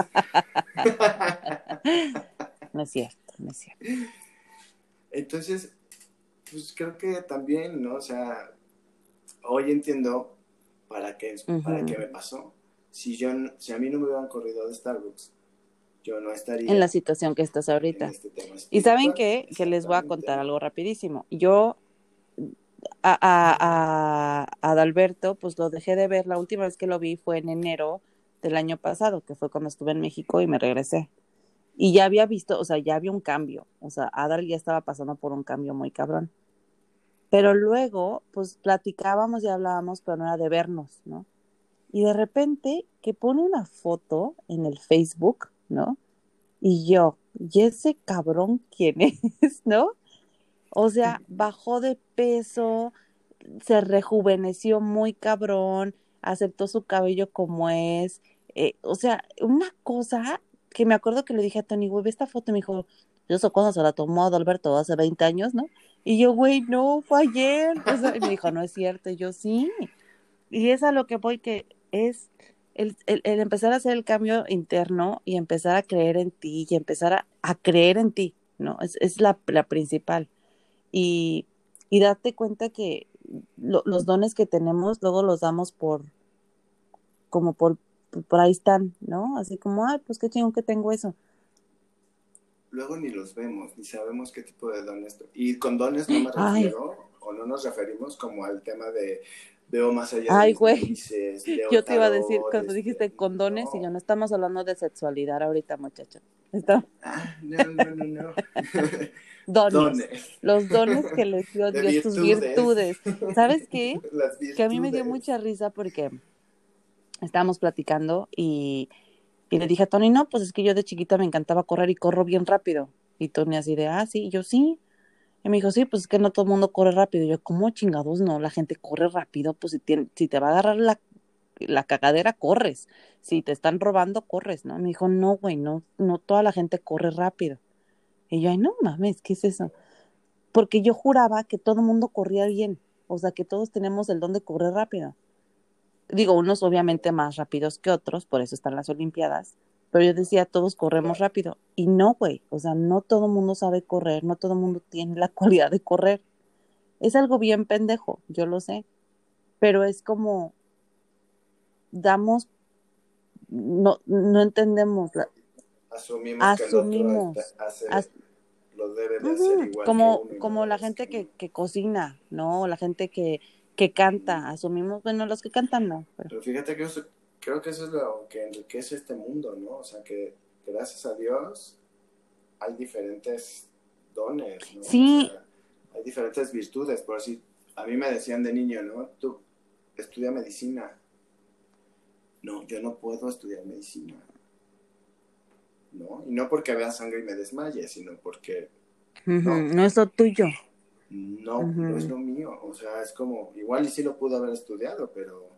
No es cierto, no es cierto. Entonces, pues creo que también, ¿no? O sea, hoy entiendo para qué, uh-huh. para qué me pasó. Si yo, si a mí no me hubieran corrido de Starbucks, yo no estaría en la situación que estás ahorita. Este y saben qué, que les voy a contar algo rapidísimo. Yo a, a, a, a Adalberto, pues lo dejé de ver. La última vez que lo vi fue en enero del año pasado, que fue cuando estuve en México y me regresé. Y ya había visto, o sea, ya había un cambio. O sea, Adal ya estaba pasando por un cambio muy cabrón. Pero luego, pues platicábamos y hablábamos, pero no era de vernos, ¿no? Y de repente, que pone una foto en el Facebook, ¿no? Y yo, ¿y ese cabrón quién es, no? O sea, bajó de peso, se rejuveneció muy cabrón, aceptó su cabello como es. Eh, o sea, una cosa que me acuerdo que le dije a Tony, güey, ve esta foto, y me dijo, eso cuando se la tomó Adalberto hace veinte años, ¿no? Y yo, güey, no, fue ayer. O sea, y me dijo, no es cierto. Y yo, sí. Y es a lo que voy, que es el, el, el empezar a hacer el cambio interno y empezar a creer en ti y empezar a, a creer en ti, ¿no? Es, es la, la principal. Y, y darte cuenta que lo, los dones que tenemos luego los damos por, como por, por ahí están, ¿no? Así como, ay, pues qué chingón que tengo eso. luego ni los vemos, ni sabemos qué tipo de dones. Y con dones no me Ay, refiero, o no nos referimos como al tema de veo más allá de ay, mis güey. narices, leo Yo te iba a decir, tarot, cuando este, dijiste condones, y yo no. no estamos hablando de sexualidad ahorita, muchacho. Está Ah, no, no, no, no. dones. Dones. Los dones que les dio De Dios, tus virtudes. virtudes. ¿Sabes qué? Las Que a mí me dio virtudes. mucha risa porque estábamos platicando y, y le dije a Tony, no, pues es que yo de chiquita me encantaba correr y corro bien rápido. Y Tony así de, ah, sí, y yo sí. Y me dijo, sí, pues es que no todo el mundo corre rápido. Y yo, ¿cómo chingados no? La gente corre rápido, pues si, tiene, si te va a agarrar la, la cagadera, corres. Si te están robando, corres, ¿no? Me dijo, no, güey, no, no toda la gente corre rápido. Y yo, ay, no mames, ¿qué es eso? Porque yo juraba que todo el mundo corría bien. O sea, que todos tenemos el don de correr rápido. Digo, unos obviamente más rápidos que otros, por eso están las Olimpiadas, pero yo decía, todos corremos Claro. rápido. Y no, güey, o sea, no todo el mundo sabe correr, no todo el mundo tiene la cualidad de correr. Es algo bien pendejo, yo lo sé, pero es como damos, no, no entendemos, la- Asumimos que el otro asumimos, hace, as- lo debe de hacer ujú, igual que como, uno y la como la verdad es que gente que, no. que cocina, ¿no? La gente que, que canta, asumimos, bueno, los que cantan no, pero Pero fíjate que eso, creo que eso es lo que enriquece este mundo, ¿no? O sea, que gracias a Dios hay diferentes dones, ¿no? O sí, sea, hay diferentes virtudes. Por así, a mí me decían de niño, ¿no? Tú estudia medicina. No, yo no puedo estudiar medicina, ¿no? Y no porque vea sangre y me desmaye, sino porque ujú, no, no es lo tuyo. no, no es Ujú. lo mío. O sea, es como, igual y sí lo pudo haber estudiado, pero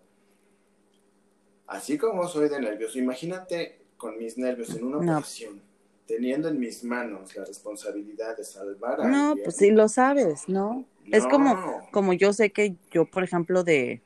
así como soy de nervioso, imagínate con mis nervios en una No, operación, teniendo en mis manos la responsabilidad de salvar a no, pues alguien. sí lo sabes, ¿no? Es como, No, como yo sé que yo, por ejemplo, de,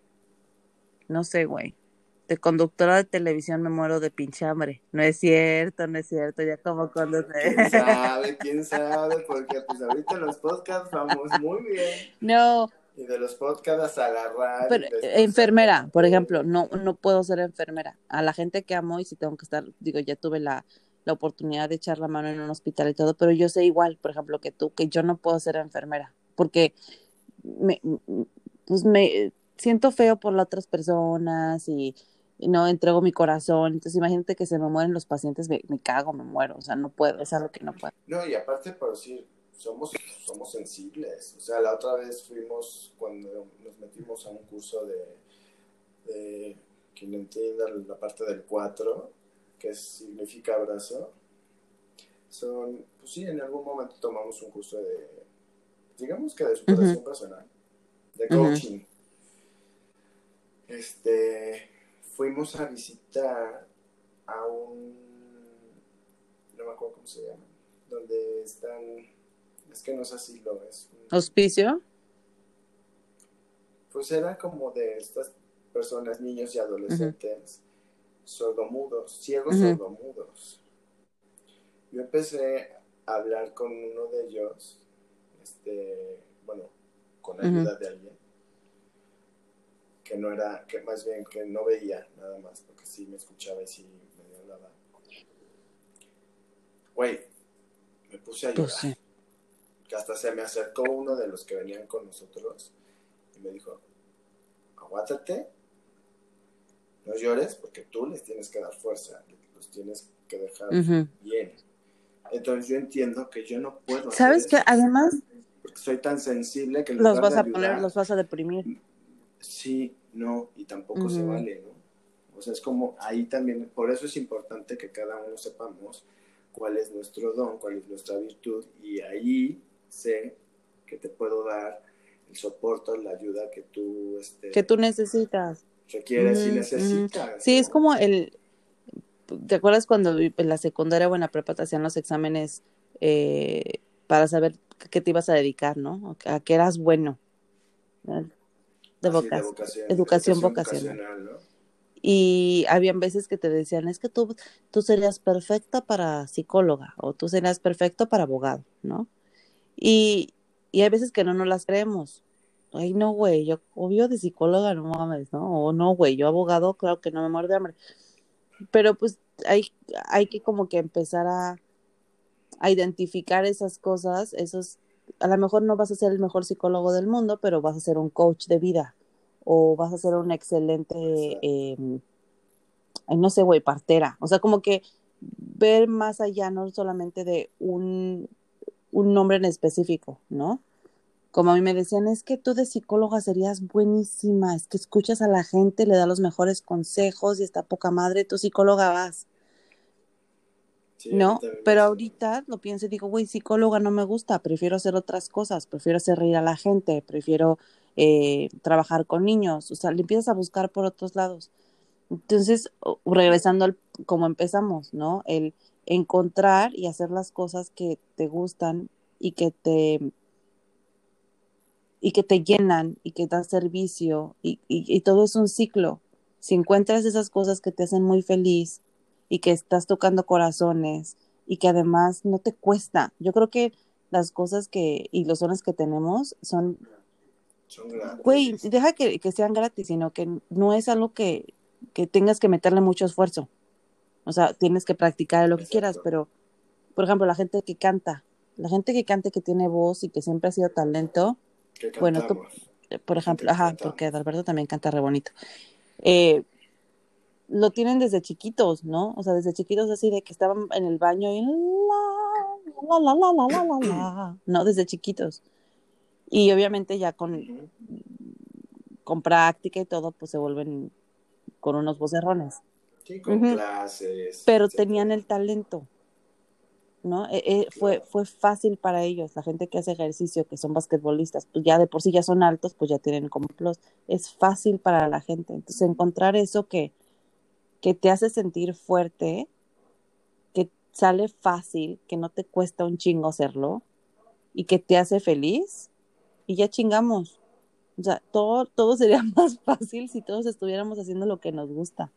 no sé, güey, de conductora de televisión me muero de pinche hambre. No es cierto, no es cierto, ya como cuando quién sabe, quién sabe, porque pues ahorita los podcasts vamos muy bien. No, Y de los podcasts a agarrar y pero eh, destrozar enfermera, por ejemplo, gente. no, no puedo ser enfermera. A la gente que amo y si tengo que estar, digo, ya tuve la, la oportunidad de echar la mano en un hospital y todo, pero yo sé igual, por ejemplo, que tú, que yo no puedo ser enfermera, porque me, pues me siento feo por las otras personas y, y no entrego mi corazón. Entonces, imagínate que se me mueren los pacientes, me, me cago, me muero. O sea, no puedo, es algo que no puedo. No, y aparte por decir, somos, somos sensibles. O sea, la otra vez fuimos cuando nos metimos a un curso de, de quien entienda la parte del cuatro, que significa abrazo. Son, pues sí, en algún momento tomamos un curso de, digamos que de Ujú, superación personal, de ujú, coaching. Este, fuimos a visitar a un, no me acuerdo cómo se llama, donde están, es que no es asilo, es un, Hospicio. pues era como de estas personas, niños y Ujú, adolescentes, sordomudos, ciegos ujú, sordomudos. Yo empecé a hablar con uno de ellos, este, bueno, con ujú. ayuda de alguien, que no era, que más bien que no veía nada más, porque sí me escuchaba y sí me hablaba. Güey, me puse a Pues llorar. sí. Que hasta se me acercó uno de los que venían con nosotros y me dijo, aguántate, no llores porque tú les tienes que dar fuerza, los tienes que dejar Ujú. bien. Entonces yo entiendo que yo no puedo hacer ¿Sabes qué? eso, Además, porque soy tan sensible que en los lugar de vas a poner, ayudar, los vas a deprimir. sí, no, y tampoco se Ujú. vale, ¿no? O sea, es como ahí también, por eso es importante que cada uno sepamos cuál es nuestro don, cuál es nuestra virtud, y ahí sé que te puedo dar el soporte, la ayuda que tú Que este, tú necesitas. requieres y Ujú, ujú. necesitas, Sí, es ¿no? como el, ¿te acuerdas cuando en la secundaria o en la prepa te hacían los exámenes eh, para saber a qué te ibas a dedicar, ¿no? A qué eras bueno, ¿no? De Así de vocas, vocación, educación educación vocacional. vocacional, ¿no? Y habían veces que te decían, es que tú, tú serías perfecta para psicóloga o tú serías perfecto para abogado, ¿no? Y, y hay veces que no nos las creemos. Ay, no, güey, yo obvio de psicóloga, no mames, ¿no? O no, güey, yo abogado, claro que no me muero de hambre. Pero pues hay, hay que como que empezar a, a identificar esas cosas, esos, a lo mejor no vas a ser el mejor psicólogo del mundo, pero vas a ser un coach de vida o vas a ser un excelente, eh, no sé, güey, partera. O sea, como que ver más allá, no solamente de un, un nombre en específico, ¿no? Como a mí me decían, es que tú de psicóloga serías buenísima, es que escuchas a la gente, le da los mejores consejos y está poca madre, tu psicóloga vas. Sí, No, pero ahorita lo pienso y digo, güey, psicóloga no me gusta, prefiero hacer otras cosas, prefiero hacer reír a la gente, prefiero eh, trabajar con niños, o sea, le empiezas a buscar por otros lados. Entonces, o- regresando al como empezamos, ¿no? El encontrar y hacer las cosas que te gustan y que te y que te llenan y que dan servicio y, y, y todo es un ciclo. Si encuentras esas cosas que te hacen muy feliz y que estás tocando corazones y que además no te cuesta, yo creo que las cosas que y los dones que tenemos son, son güey, gratis. deja que, que sean gratis, sino que no es algo que, que tengas que meterle mucho esfuerzo. O sea, tienes que practicar lo que quieras, Exacto. pero, por ejemplo, la gente que canta, la gente que canta y que tiene voz y que siempre ha sido talento, Que bueno, tú, cantamos. eh, por La gente ejemplo, que ajá, porque cantamos. Adalberto también canta re bonito. Eh, lo tienen desde chiquitos, ¿no? O sea, desde chiquitos así de que estaban en el baño y la, la, la, la, la, la, la, la, no, desde chiquitos. Y obviamente ya con, Ujú. con práctica y todo, pues se vuelven con unos vocerrones. Sí, con Ujú. clases, Pero tenían etcétera. el talento, ¿no? Eh, eh, fue, Claro. fue fácil para ellos. La gente que hace ejercicio, que son basquetbolistas, pues ya de por sí ya son altos, pues ya tienen como plus. Es fácil para la gente. Entonces, encontrar eso que, que te hace sentir fuerte, que sale fácil, que no te cuesta un chingo hacerlo y que te hace feliz, y ya chingamos. O sea, todo, todo sería más fácil si todos estuviéramos haciendo lo que nos gusta.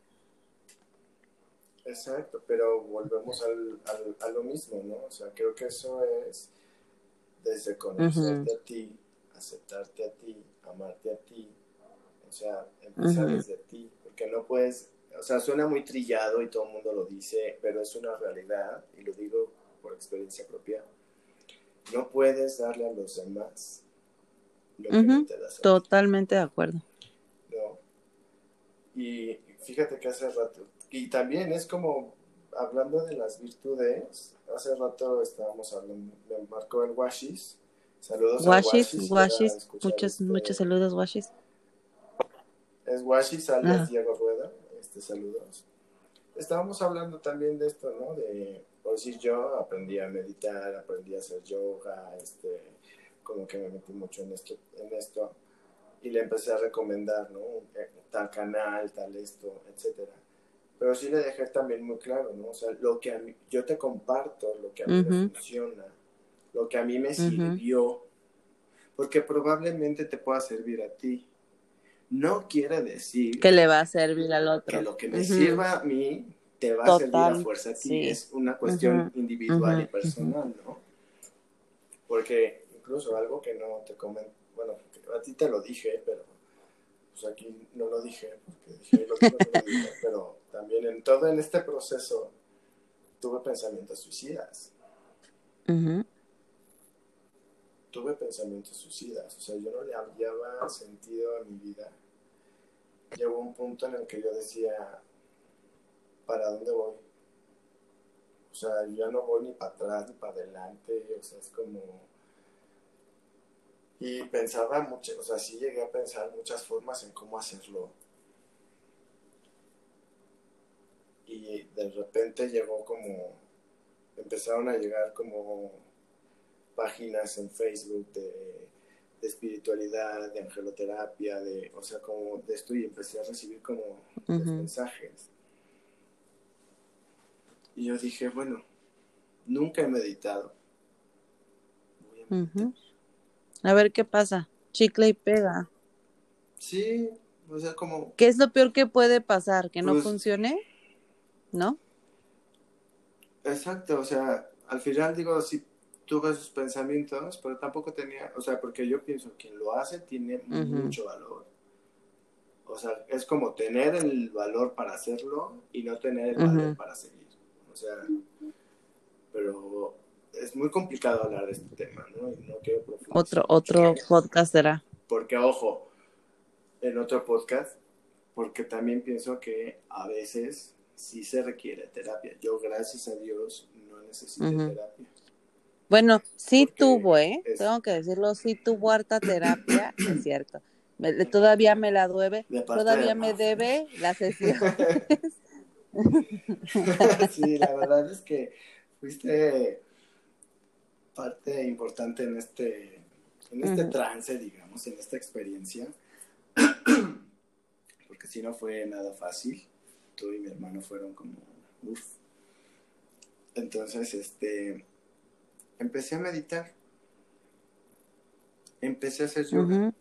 Exacto, pero volvemos al, al, a lo mismo, ¿no? O sea, creo que eso es desde Ujú, conocerte a ti, aceptarte a ti, amarte a ti, o sea, empieza ujú. desde ti, porque no puedes, o sea, suena muy trillado y todo el mundo lo dice, pero es una realidad, y lo digo por experiencia propia, no puedes darle a los demás lo que no Ujú, te das a ti, totalmente de acuerdo. ¿no? Y fíjate que hace rato, y también es como, hablando de las virtudes, hace rato estábamos hablando, me marcó el Washis, saludos al Washis, Washis si llega a washis, escuchar muchos, muchos este, saludos, washis. es Washis alias Ajá. Diego Rueda, este, saludos. Estábamos hablando también de esto, ¿no? De, por decir, yo aprendí a meditar, aprendí a hacer yoga, este, como que me metí mucho en esto, en esto y le empecé a recomendar, ¿no? Tal canal, tal esto, etcétera. Pero sí le dejé también muy claro, ¿no? O sea, lo que a mí, yo te comparto, lo que a mí me Ujú, funciona, lo que a mí me ujú. sirvió, porque probablemente te pueda servir a ti. No quiere decir ¿Qué le va a servir al que otro? lo que me Ujú. sirva a mí te va a servir a Total, fuerza a ti. sí. Es una cuestión Ujú, individual y ujú, ujú. personal, ¿no? Porque incluso algo que no te comento, bueno, a ti te lo dije, pero pues aquí no lo dije, porque dije lo digo, no lo digo, pero también en todo en este proceso tuve pensamientos suicidas. Ujú, Tuve pensamientos suicidas, o sea, yo no le había sentido a mi vida. Llegó un punto en el que yo decía, ¿para dónde voy? O sea, yo ya no voy ni para atrás ni para adelante, o sea, es como... Y pensaba mucho, o sea, sí llegué a pensar muchas formas en cómo hacerlo. Y de repente llegó como, empezaron a llegar como páginas en Facebook de, de espiritualidad, de angeloterapia, de, o sea, como de esto y empecé a recibir como los ujú, mensajes. Y yo dije, bueno, nunca he meditado, voy a meditar. ujú. A ver qué pasa. Chicle y pega. Sí, o sea, como, ¿Qué es lo peor que puede pasar? ¿Que no pues, funcione? ¿No? exacto, o sea, al final digo, sí tuve esos pensamientos, pero tampoco tenía, o sea, porque yo pienso, quien lo hace tiene Ujú, mucho valor. O sea, es como tener el valor para hacerlo y no tener el valor ujú, para seguir. O sea, pero es muy complicado hablar de este tema, ¿no? Y no quiero profundizar Otro, mucho otro en eso. podcast será. Porque, ojo, en otro podcast, porque también pienso que a veces sí se requiere terapia. Yo, gracias a Dios, no necesité Uh-huh. terapia. Bueno, sí Porque tuvo, ¿eh? es... Tengo que decirlo, sí tuvo harta terapia, es cierto. Me- todavía me la debe, de parte de todavía me Maffer. debe la sesión. Sí, la verdad es que fuiste parte importante en este, en este Uh-huh. trance, digamos, en esta experiencia, porque si no fue nada fácil. Tú y mi hermano fueron como, uff. Entonces, este, empecé a meditar, empecé a hacer yoga. Uh-huh.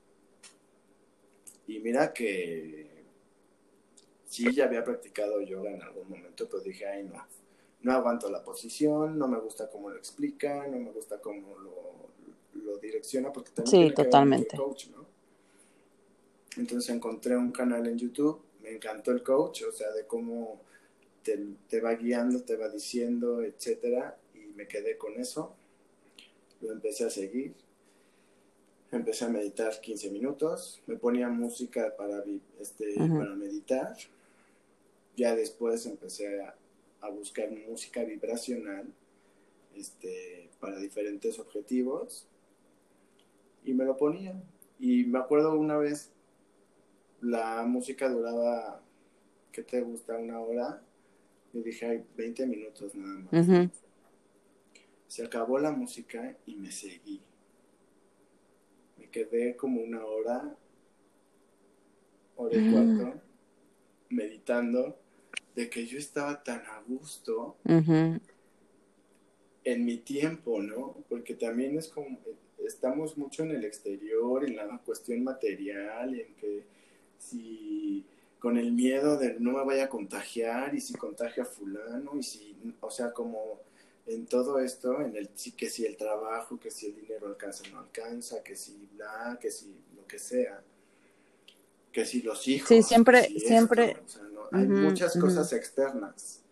Y mira que sí, ya había practicado yoga en algún momento, pero dije, ay, no, no aguanto la posición, no me gusta cómo lo explica, no me gusta cómo lo, lo direcciona, porque también Sí, tiene que ver mucho el totalmente. coach, ¿no? Entonces encontré un canal en YouTube, me encantó el coach, o sea, de cómo te, te va guiando, te va diciendo, etcétera, y me quedé con eso, lo empecé a seguir. Empecé a meditar quince minutos, me ponía música para, este, Uh-huh. para meditar. Ya después empecé a, a buscar música vibracional este, para diferentes objetivos y me lo ponía. Y me acuerdo una vez, la música duraba, ¿qué te gusta? Una hora. Yo dije, ay, veinte minutos nada más. Uh-huh. ¿No? Se acabó la música y me seguí. Me quedé como una hora, hora y cuarto, meditando, de que yo estaba tan a gusto Uh-huh. en mi tiempo, ¿no? Porque también es como, estamos mucho en el exterior, en la cuestión material, en que si con el miedo de no me vaya a contagiar, y si contagia a fulano, y si, o sea, como en todo esto, en el que si el trabajo, que si el dinero alcanza o no alcanza, que si bla, que si lo que sea, que si los hijos, Sí, siempre, que si siempre. esto, o sea, no, hay Uh-huh. muchas Uh-huh. cosas externas.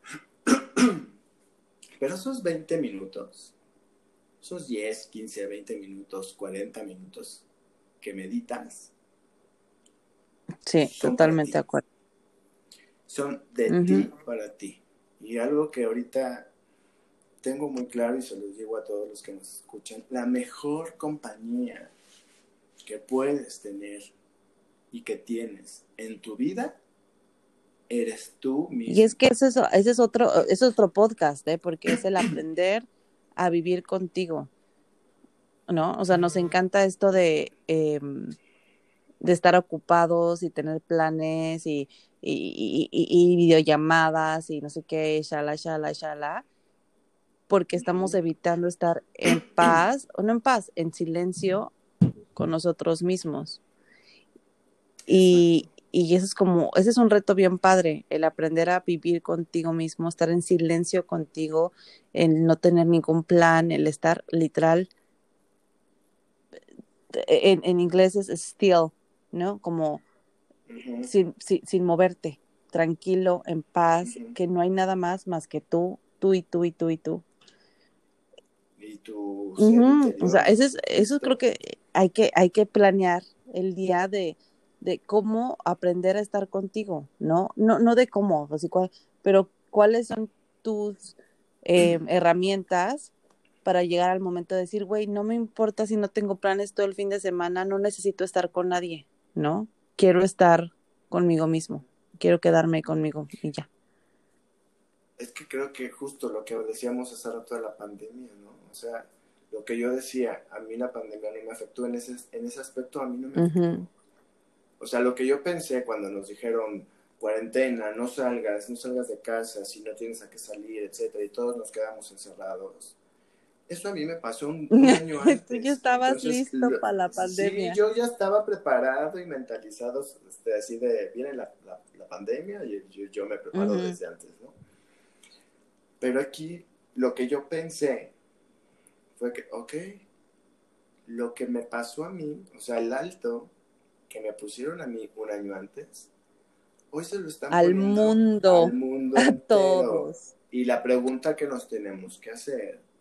Pero esos veinte minutos, esos diez, quince, veinte minutos, cuarenta minutos que meditas, Sí, son totalmente de para ti. acuerdo. Son de Uh-huh. ti para ti. Y algo que ahorita tengo muy claro y se los digo a todos los que nos escuchan, la mejor compañía que puedes tener y que tienes en tu vida eres tú mismo. Y es que ese es, ese es otro, ese es otro podcast, ¿eh? Porque es el aprender a vivir contigo, ¿no? O sea, nos encanta esto de, eh, de estar ocupados y tener planes y, y, y, y, y videollamadas y no sé qué, shala, shala, shala, porque estamos evitando estar en paz, o no en paz, en silencio con nosotros mismos. Y, y eso es como, ese es un reto bien padre, el aprender a vivir contigo mismo, estar en silencio contigo, el no tener ningún plan, el estar literal, en, en inglés es still, ¿no? Como Uh-huh. sin, sin, sin moverte, tranquilo, en paz, Uh-huh. que no hay nada más más que tú, tú y tú y tú y tú. Y tu ser Uh-huh. interior. O sea, eso es, eso Listo. creo que hay que, hay que planear el día de, de cómo aprender a estar contigo, ¿no? No, no de cómo, así cuál, pero cuáles son tus eh, herramientas para llegar al momento de decir, güey, no me importa si no tengo planes todo el fin de semana, no necesito estar con nadie, ¿no? Quiero estar conmigo mismo, quiero quedarme conmigo y ya. Es que creo que justo lo que decíamos hace rato de la pandemia, ¿no? O sea, lo que yo decía, a mí la pandemia no me afectó en ese, en ese aspecto, a mí no me afectó. Uh-huh. O sea, lo que yo pensé cuando nos dijeron cuarentena, no salgas, no salgas de casa si no tienes a qué salir, etcétera, y todos nos quedamos encerrados. Eso a mí me pasó un, un año antes. Tú ya estabas Entonces, listo lo, para la sí, pandemia. yo ya estaba preparado y mentalizado, este, así de, viene la, la, la pandemia y yo, yo me preparo Uh-huh. desde antes, ¿no? Pero aquí lo que yo pensé fue que, ok, lo que me pasó a mí, o sea, el alto que me pusieron a mí un año antes, hoy se lo están Al poniendo mundo, al mundo a entero. todos. Y la pregunta que nos tenemos que hacer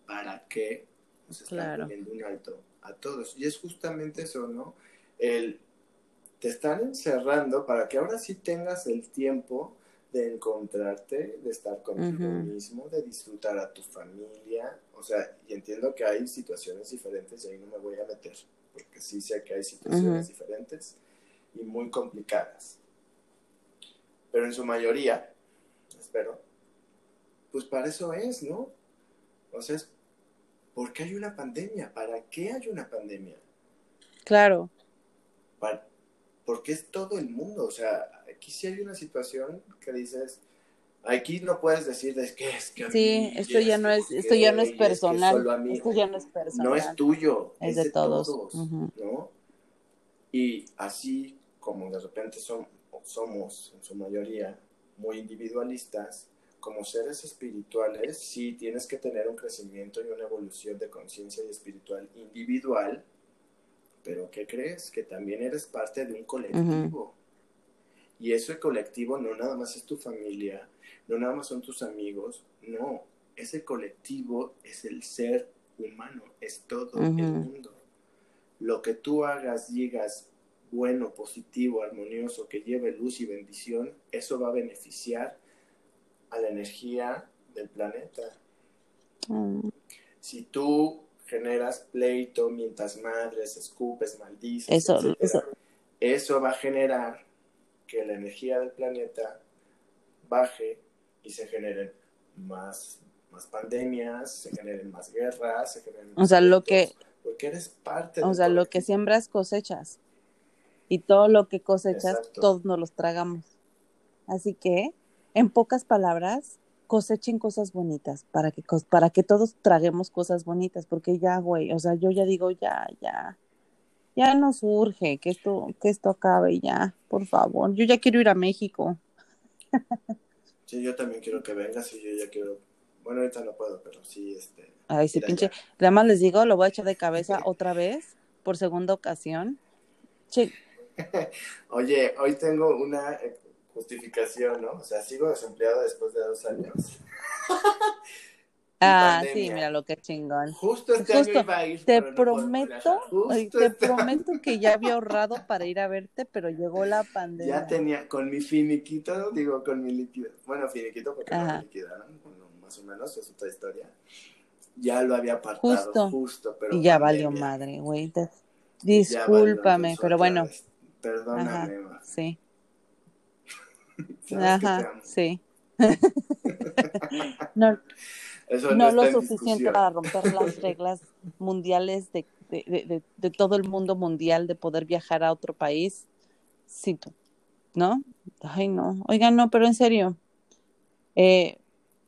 ¿para qué nos están Claro. poniendo un alto a todos? Y es justamente eso, ¿no? El, te están encerrando para que ahora sí tengas el tiempo de encontrarte, de estar contigo Ujú. mismo, de disfrutar a tu familia. O sea, y entiendo que hay situaciones diferentes y ahí no me voy a meter, porque sí sé que hay situaciones Ujú. diferentes y muy complicadas. Pero en su mayoría, espero, pues para eso es, ¿no? O sea, es ¿por qué hay una pandemia? ¿Para qué hay una pandemia? Claro. Para, porque es todo el mundo. O sea, aquí sí hay una situación que dices, aquí no puedes decir es que es que a Sí, mí, y esto ya es no que es, por esto ya no es qué, y es que personal. solo a mí. Esto ya no es No es personal. tuyo, Es es de de todos. todos, Uh-huh. ¿no? Y así como de repente son, somos, en su mayoría, muy individualistas, como seres espirituales, sí tienes que tener un crecimiento y una evolución de conciencia y espiritual individual, pero ¿qué crees? Que también eres parte de un colectivo. Uh-huh. Y ese colectivo no nada más es tu familia, no nada más son tus amigos, no, ese colectivo es el ser humano, es todo uh-huh. el mundo. Lo que tú hagas, digas, bueno, positivo, armonioso, que lleve luz y bendición, eso va a beneficiar a la energía del planeta. Uh-huh. Si tú generas pleito, mientas madres, escupes, maldices, eso, etcétera, eso. eso va a generar que la energía del planeta baje y se generen más, más pandemias, se generen más guerras, se generen más o sea, lo que, porque eres parte o del sea, colectivo. lo que siembras cosechas, y todo lo que cosechas, exacto, todos nos los tragamos. Así que, en pocas palabras, cosechen cosas bonitas para que, para que todos traguemos cosas bonitas, porque ya, güey, o sea, yo ya digo, ya, ya, ya nos urge que esto, que esto acabe ya, por favor. Yo ya quiero ir a México. Sí, yo también quiero que vengas y yo ya quiero, bueno, ahorita no puedo, pero sí, este. Ay, sí, pinche, nada más les digo, lo voy a echar de cabeza otra vez, por segunda ocasión. Che. Oye, hoy tengo una justificación, ¿no? O sea, sigo desempleado después de dos años. Ah, pandemia. Sí, mira lo que chingón. Justo este Justo, año iba a ir, te pero no prometo, puedo Justo te este prometo año. Que ya había ahorrado para ir a verte, pero llegó la pandemia. Ya tenía, con mi finiquito, digo, con mi líquido, bueno, finiquito porque Ajá. no me liquidaron, bueno, más o menos, es otra historia. Ya lo había apartado justo, justo pero y ya pandemia. valió madre, güey. Discúlpame, pero bueno. Vez. Perdóname, Ajá, ma. sí. Sabes Ajá, que te amo. Sí. no, Eso no, no está lo en suficiente discusión. para romper las reglas mundiales de, de, de, de todo el mundo mundial de poder viajar a otro país. Sí, tú. ¿No? Ay, no. Oigan, no, pero en serio. Eh,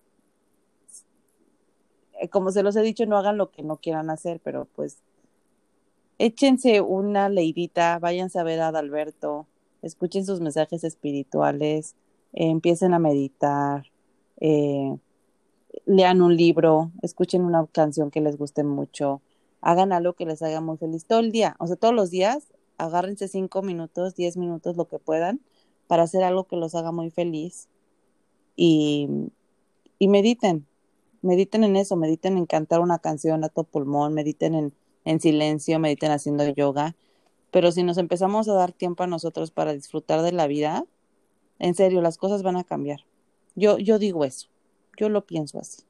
como se los he dicho, no hagan lo que no quieran hacer, pero pues échense una leidita, váyanse a ver a Adalberto, escuchen sus mensajes espirituales, eh, empiecen a meditar, eh, lean un libro, escuchen una canción que les guste mucho, hagan algo que les haga muy feliz todo el día, o sea, todos los días, agárrense cinco minutos, diez minutos, lo que puedan, para hacer algo que los haga muy feliz y, y mediten, mediten en eso, mediten en cantar una canción a todo pulmón, mediten en, en silencio, mediten haciendo yoga, pero si nos empezamos a dar tiempo a nosotros para disfrutar de la vida, en serio, las cosas van a cambiar. Yo, yo digo eso, yo lo pienso así.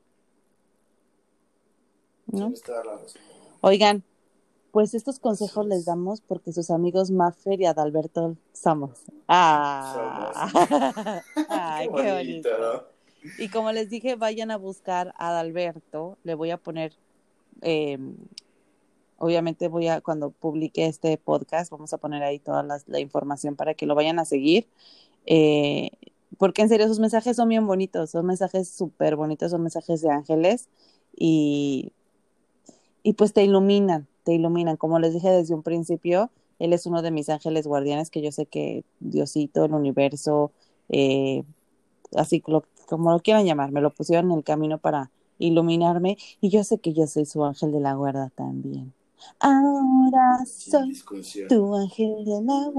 ¿No? Oigan, pues estos consejos les damos porque sus amigos Maffer y Adalberto somos. Ah, somos. Ay, qué, qué bonito. bonito. Y como les dije, vayan a buscar a Adalberto. Le voy a poner, eh, obviamente voy a, cuando publique este podcast, vamos a poner ahí toda la, la información para que lo vayan a seguir. Eh, porque en serio, sus mensajes son bien bonitos, son mensajes súper bonitos, son mensajes de ángeles y, y pues te iluminan, te iluminan. Como les dije desde un principio, él es uno de mis ángeles guardianes que yo sé que Diosito, el universo, eh, así lo, como lo quieran llamar, me lo pusieron en el camino para iluminarme y yo sé que yo soy su ángel de la guarda también. Ahora soy tu ángel de la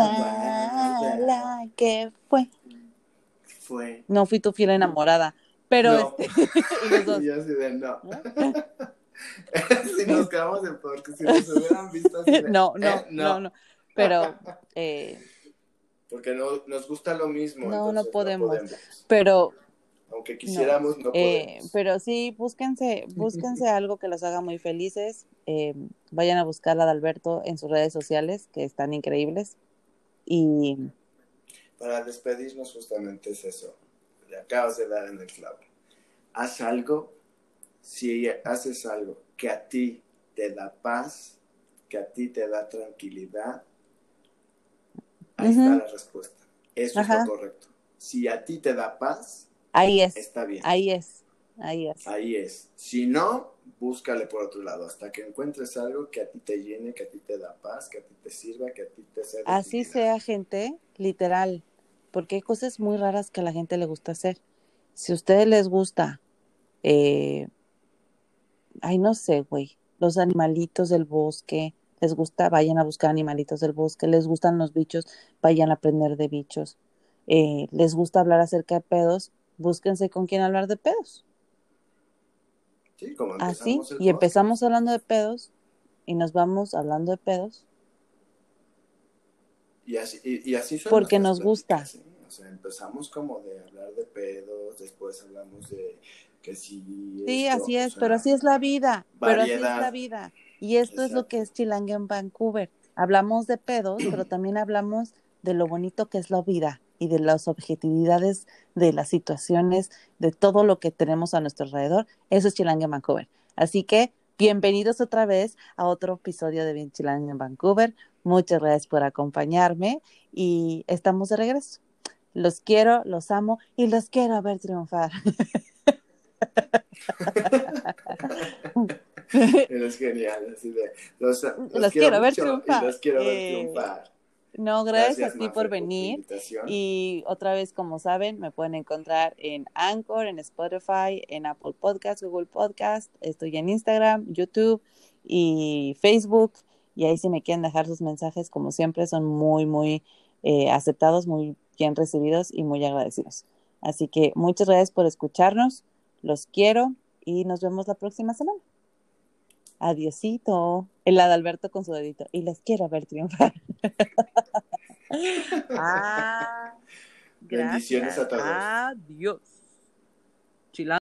guarda, la que fue. Fue. No fui tu fiel enamorada, Pero no. este, y los dos. Y yo así de no. ¿No? Si nos quedamos en porque si nos hubieran visto así de, no, no, ¿eh? no, no, no. Pero eh, porque no, nos gusta lo mismo, no, no entonces no podemos. podemos. Pero Aunque no. quisiéramos, no Eh, podemos. pero sí, búsquense, búsquense algo que los haga muy felices. Eh, vayan a buscar a Adalberto en sus redes sociales, que están increíbles. Y Para despedirnos justamente es eso. Le acabas de dar en el clavo. Haz algo, si haces algo que a ti te da paz, que a ti te da tranquilidad, ahí uh-huh. está la respuesta. Eso Ajá. es lo correcto. Si a ti te da paz, ahí es. Está bien. Ahí es. Ahí es. Ahí es. Si no, búscale por otro lado hasta que encuentres algo que a ti te llene, que a ti te da paz, que a ti te sirva, que a ti te sea de Así utilidad. sea, gente, literal. Porque hay cosas muy raras que a la gente le gusta hacer. Si a ustedes les gusta, eh, ay, no sé, güey, los animalitos del bosque, les gusta, vayan a buscar animalitos del bosque, les gustan los bichos, vayan a aprender de bichos. Eh, les gusta hablar acerca de pedos, búsquense con quién hablar de pedos. Sí, como empezamos Así, el y podcast. Empezamos hablando de pedos y nos vamos hablando de pedos. Y así, y, y así son porque nos gusta. ¿Sí? O sea, empezamos como de hablar de pedos, después hablamos de que si Sí, esto, así es, o sea, pero así es la vida, variedad. pero así es la vida. Y esto Exacto. es lo que es Chilanga en Vancouver. Hablamos de pedos, pero también hablamos de lo bonito que es la vida y de las objetividades de las situaciones, de todo lo que tenemos a nuestro alrededor. Eso es Chilanga en Vancouver. Así que bienvenidos otra vez a otro episodio de Bien Chilanga en Vancouver. Muchas gracias por acompañarme y estamos de regreso. Los quiero, los amo y los quiero ver triunfar. Eres genial, así de, los, los, los quiero, quiero ver mucho triunfar. Y los quiero eh, ver triunfar. No, gracias, gracias a ti Mafer, por venir. Por y otra vez, como saben, me pueden encontrar en Anchor, en Spotify, en Apple Podcast, Google Podcast. Estoy en Instagram, YouTube y Facebook. Y ahí si me quieren dejar sus mensajes, como siempre, son muy, muy eh, aceptados, muy bien recibidos y muy agradecidos. Así que muchas gracias por escucharnos. Los quiero y nos vemos la próxima semana. Adiosito. El Adalberto con su dedito. Y les quiero ver triunfar. ah, Bendiciones a todos. Adiós.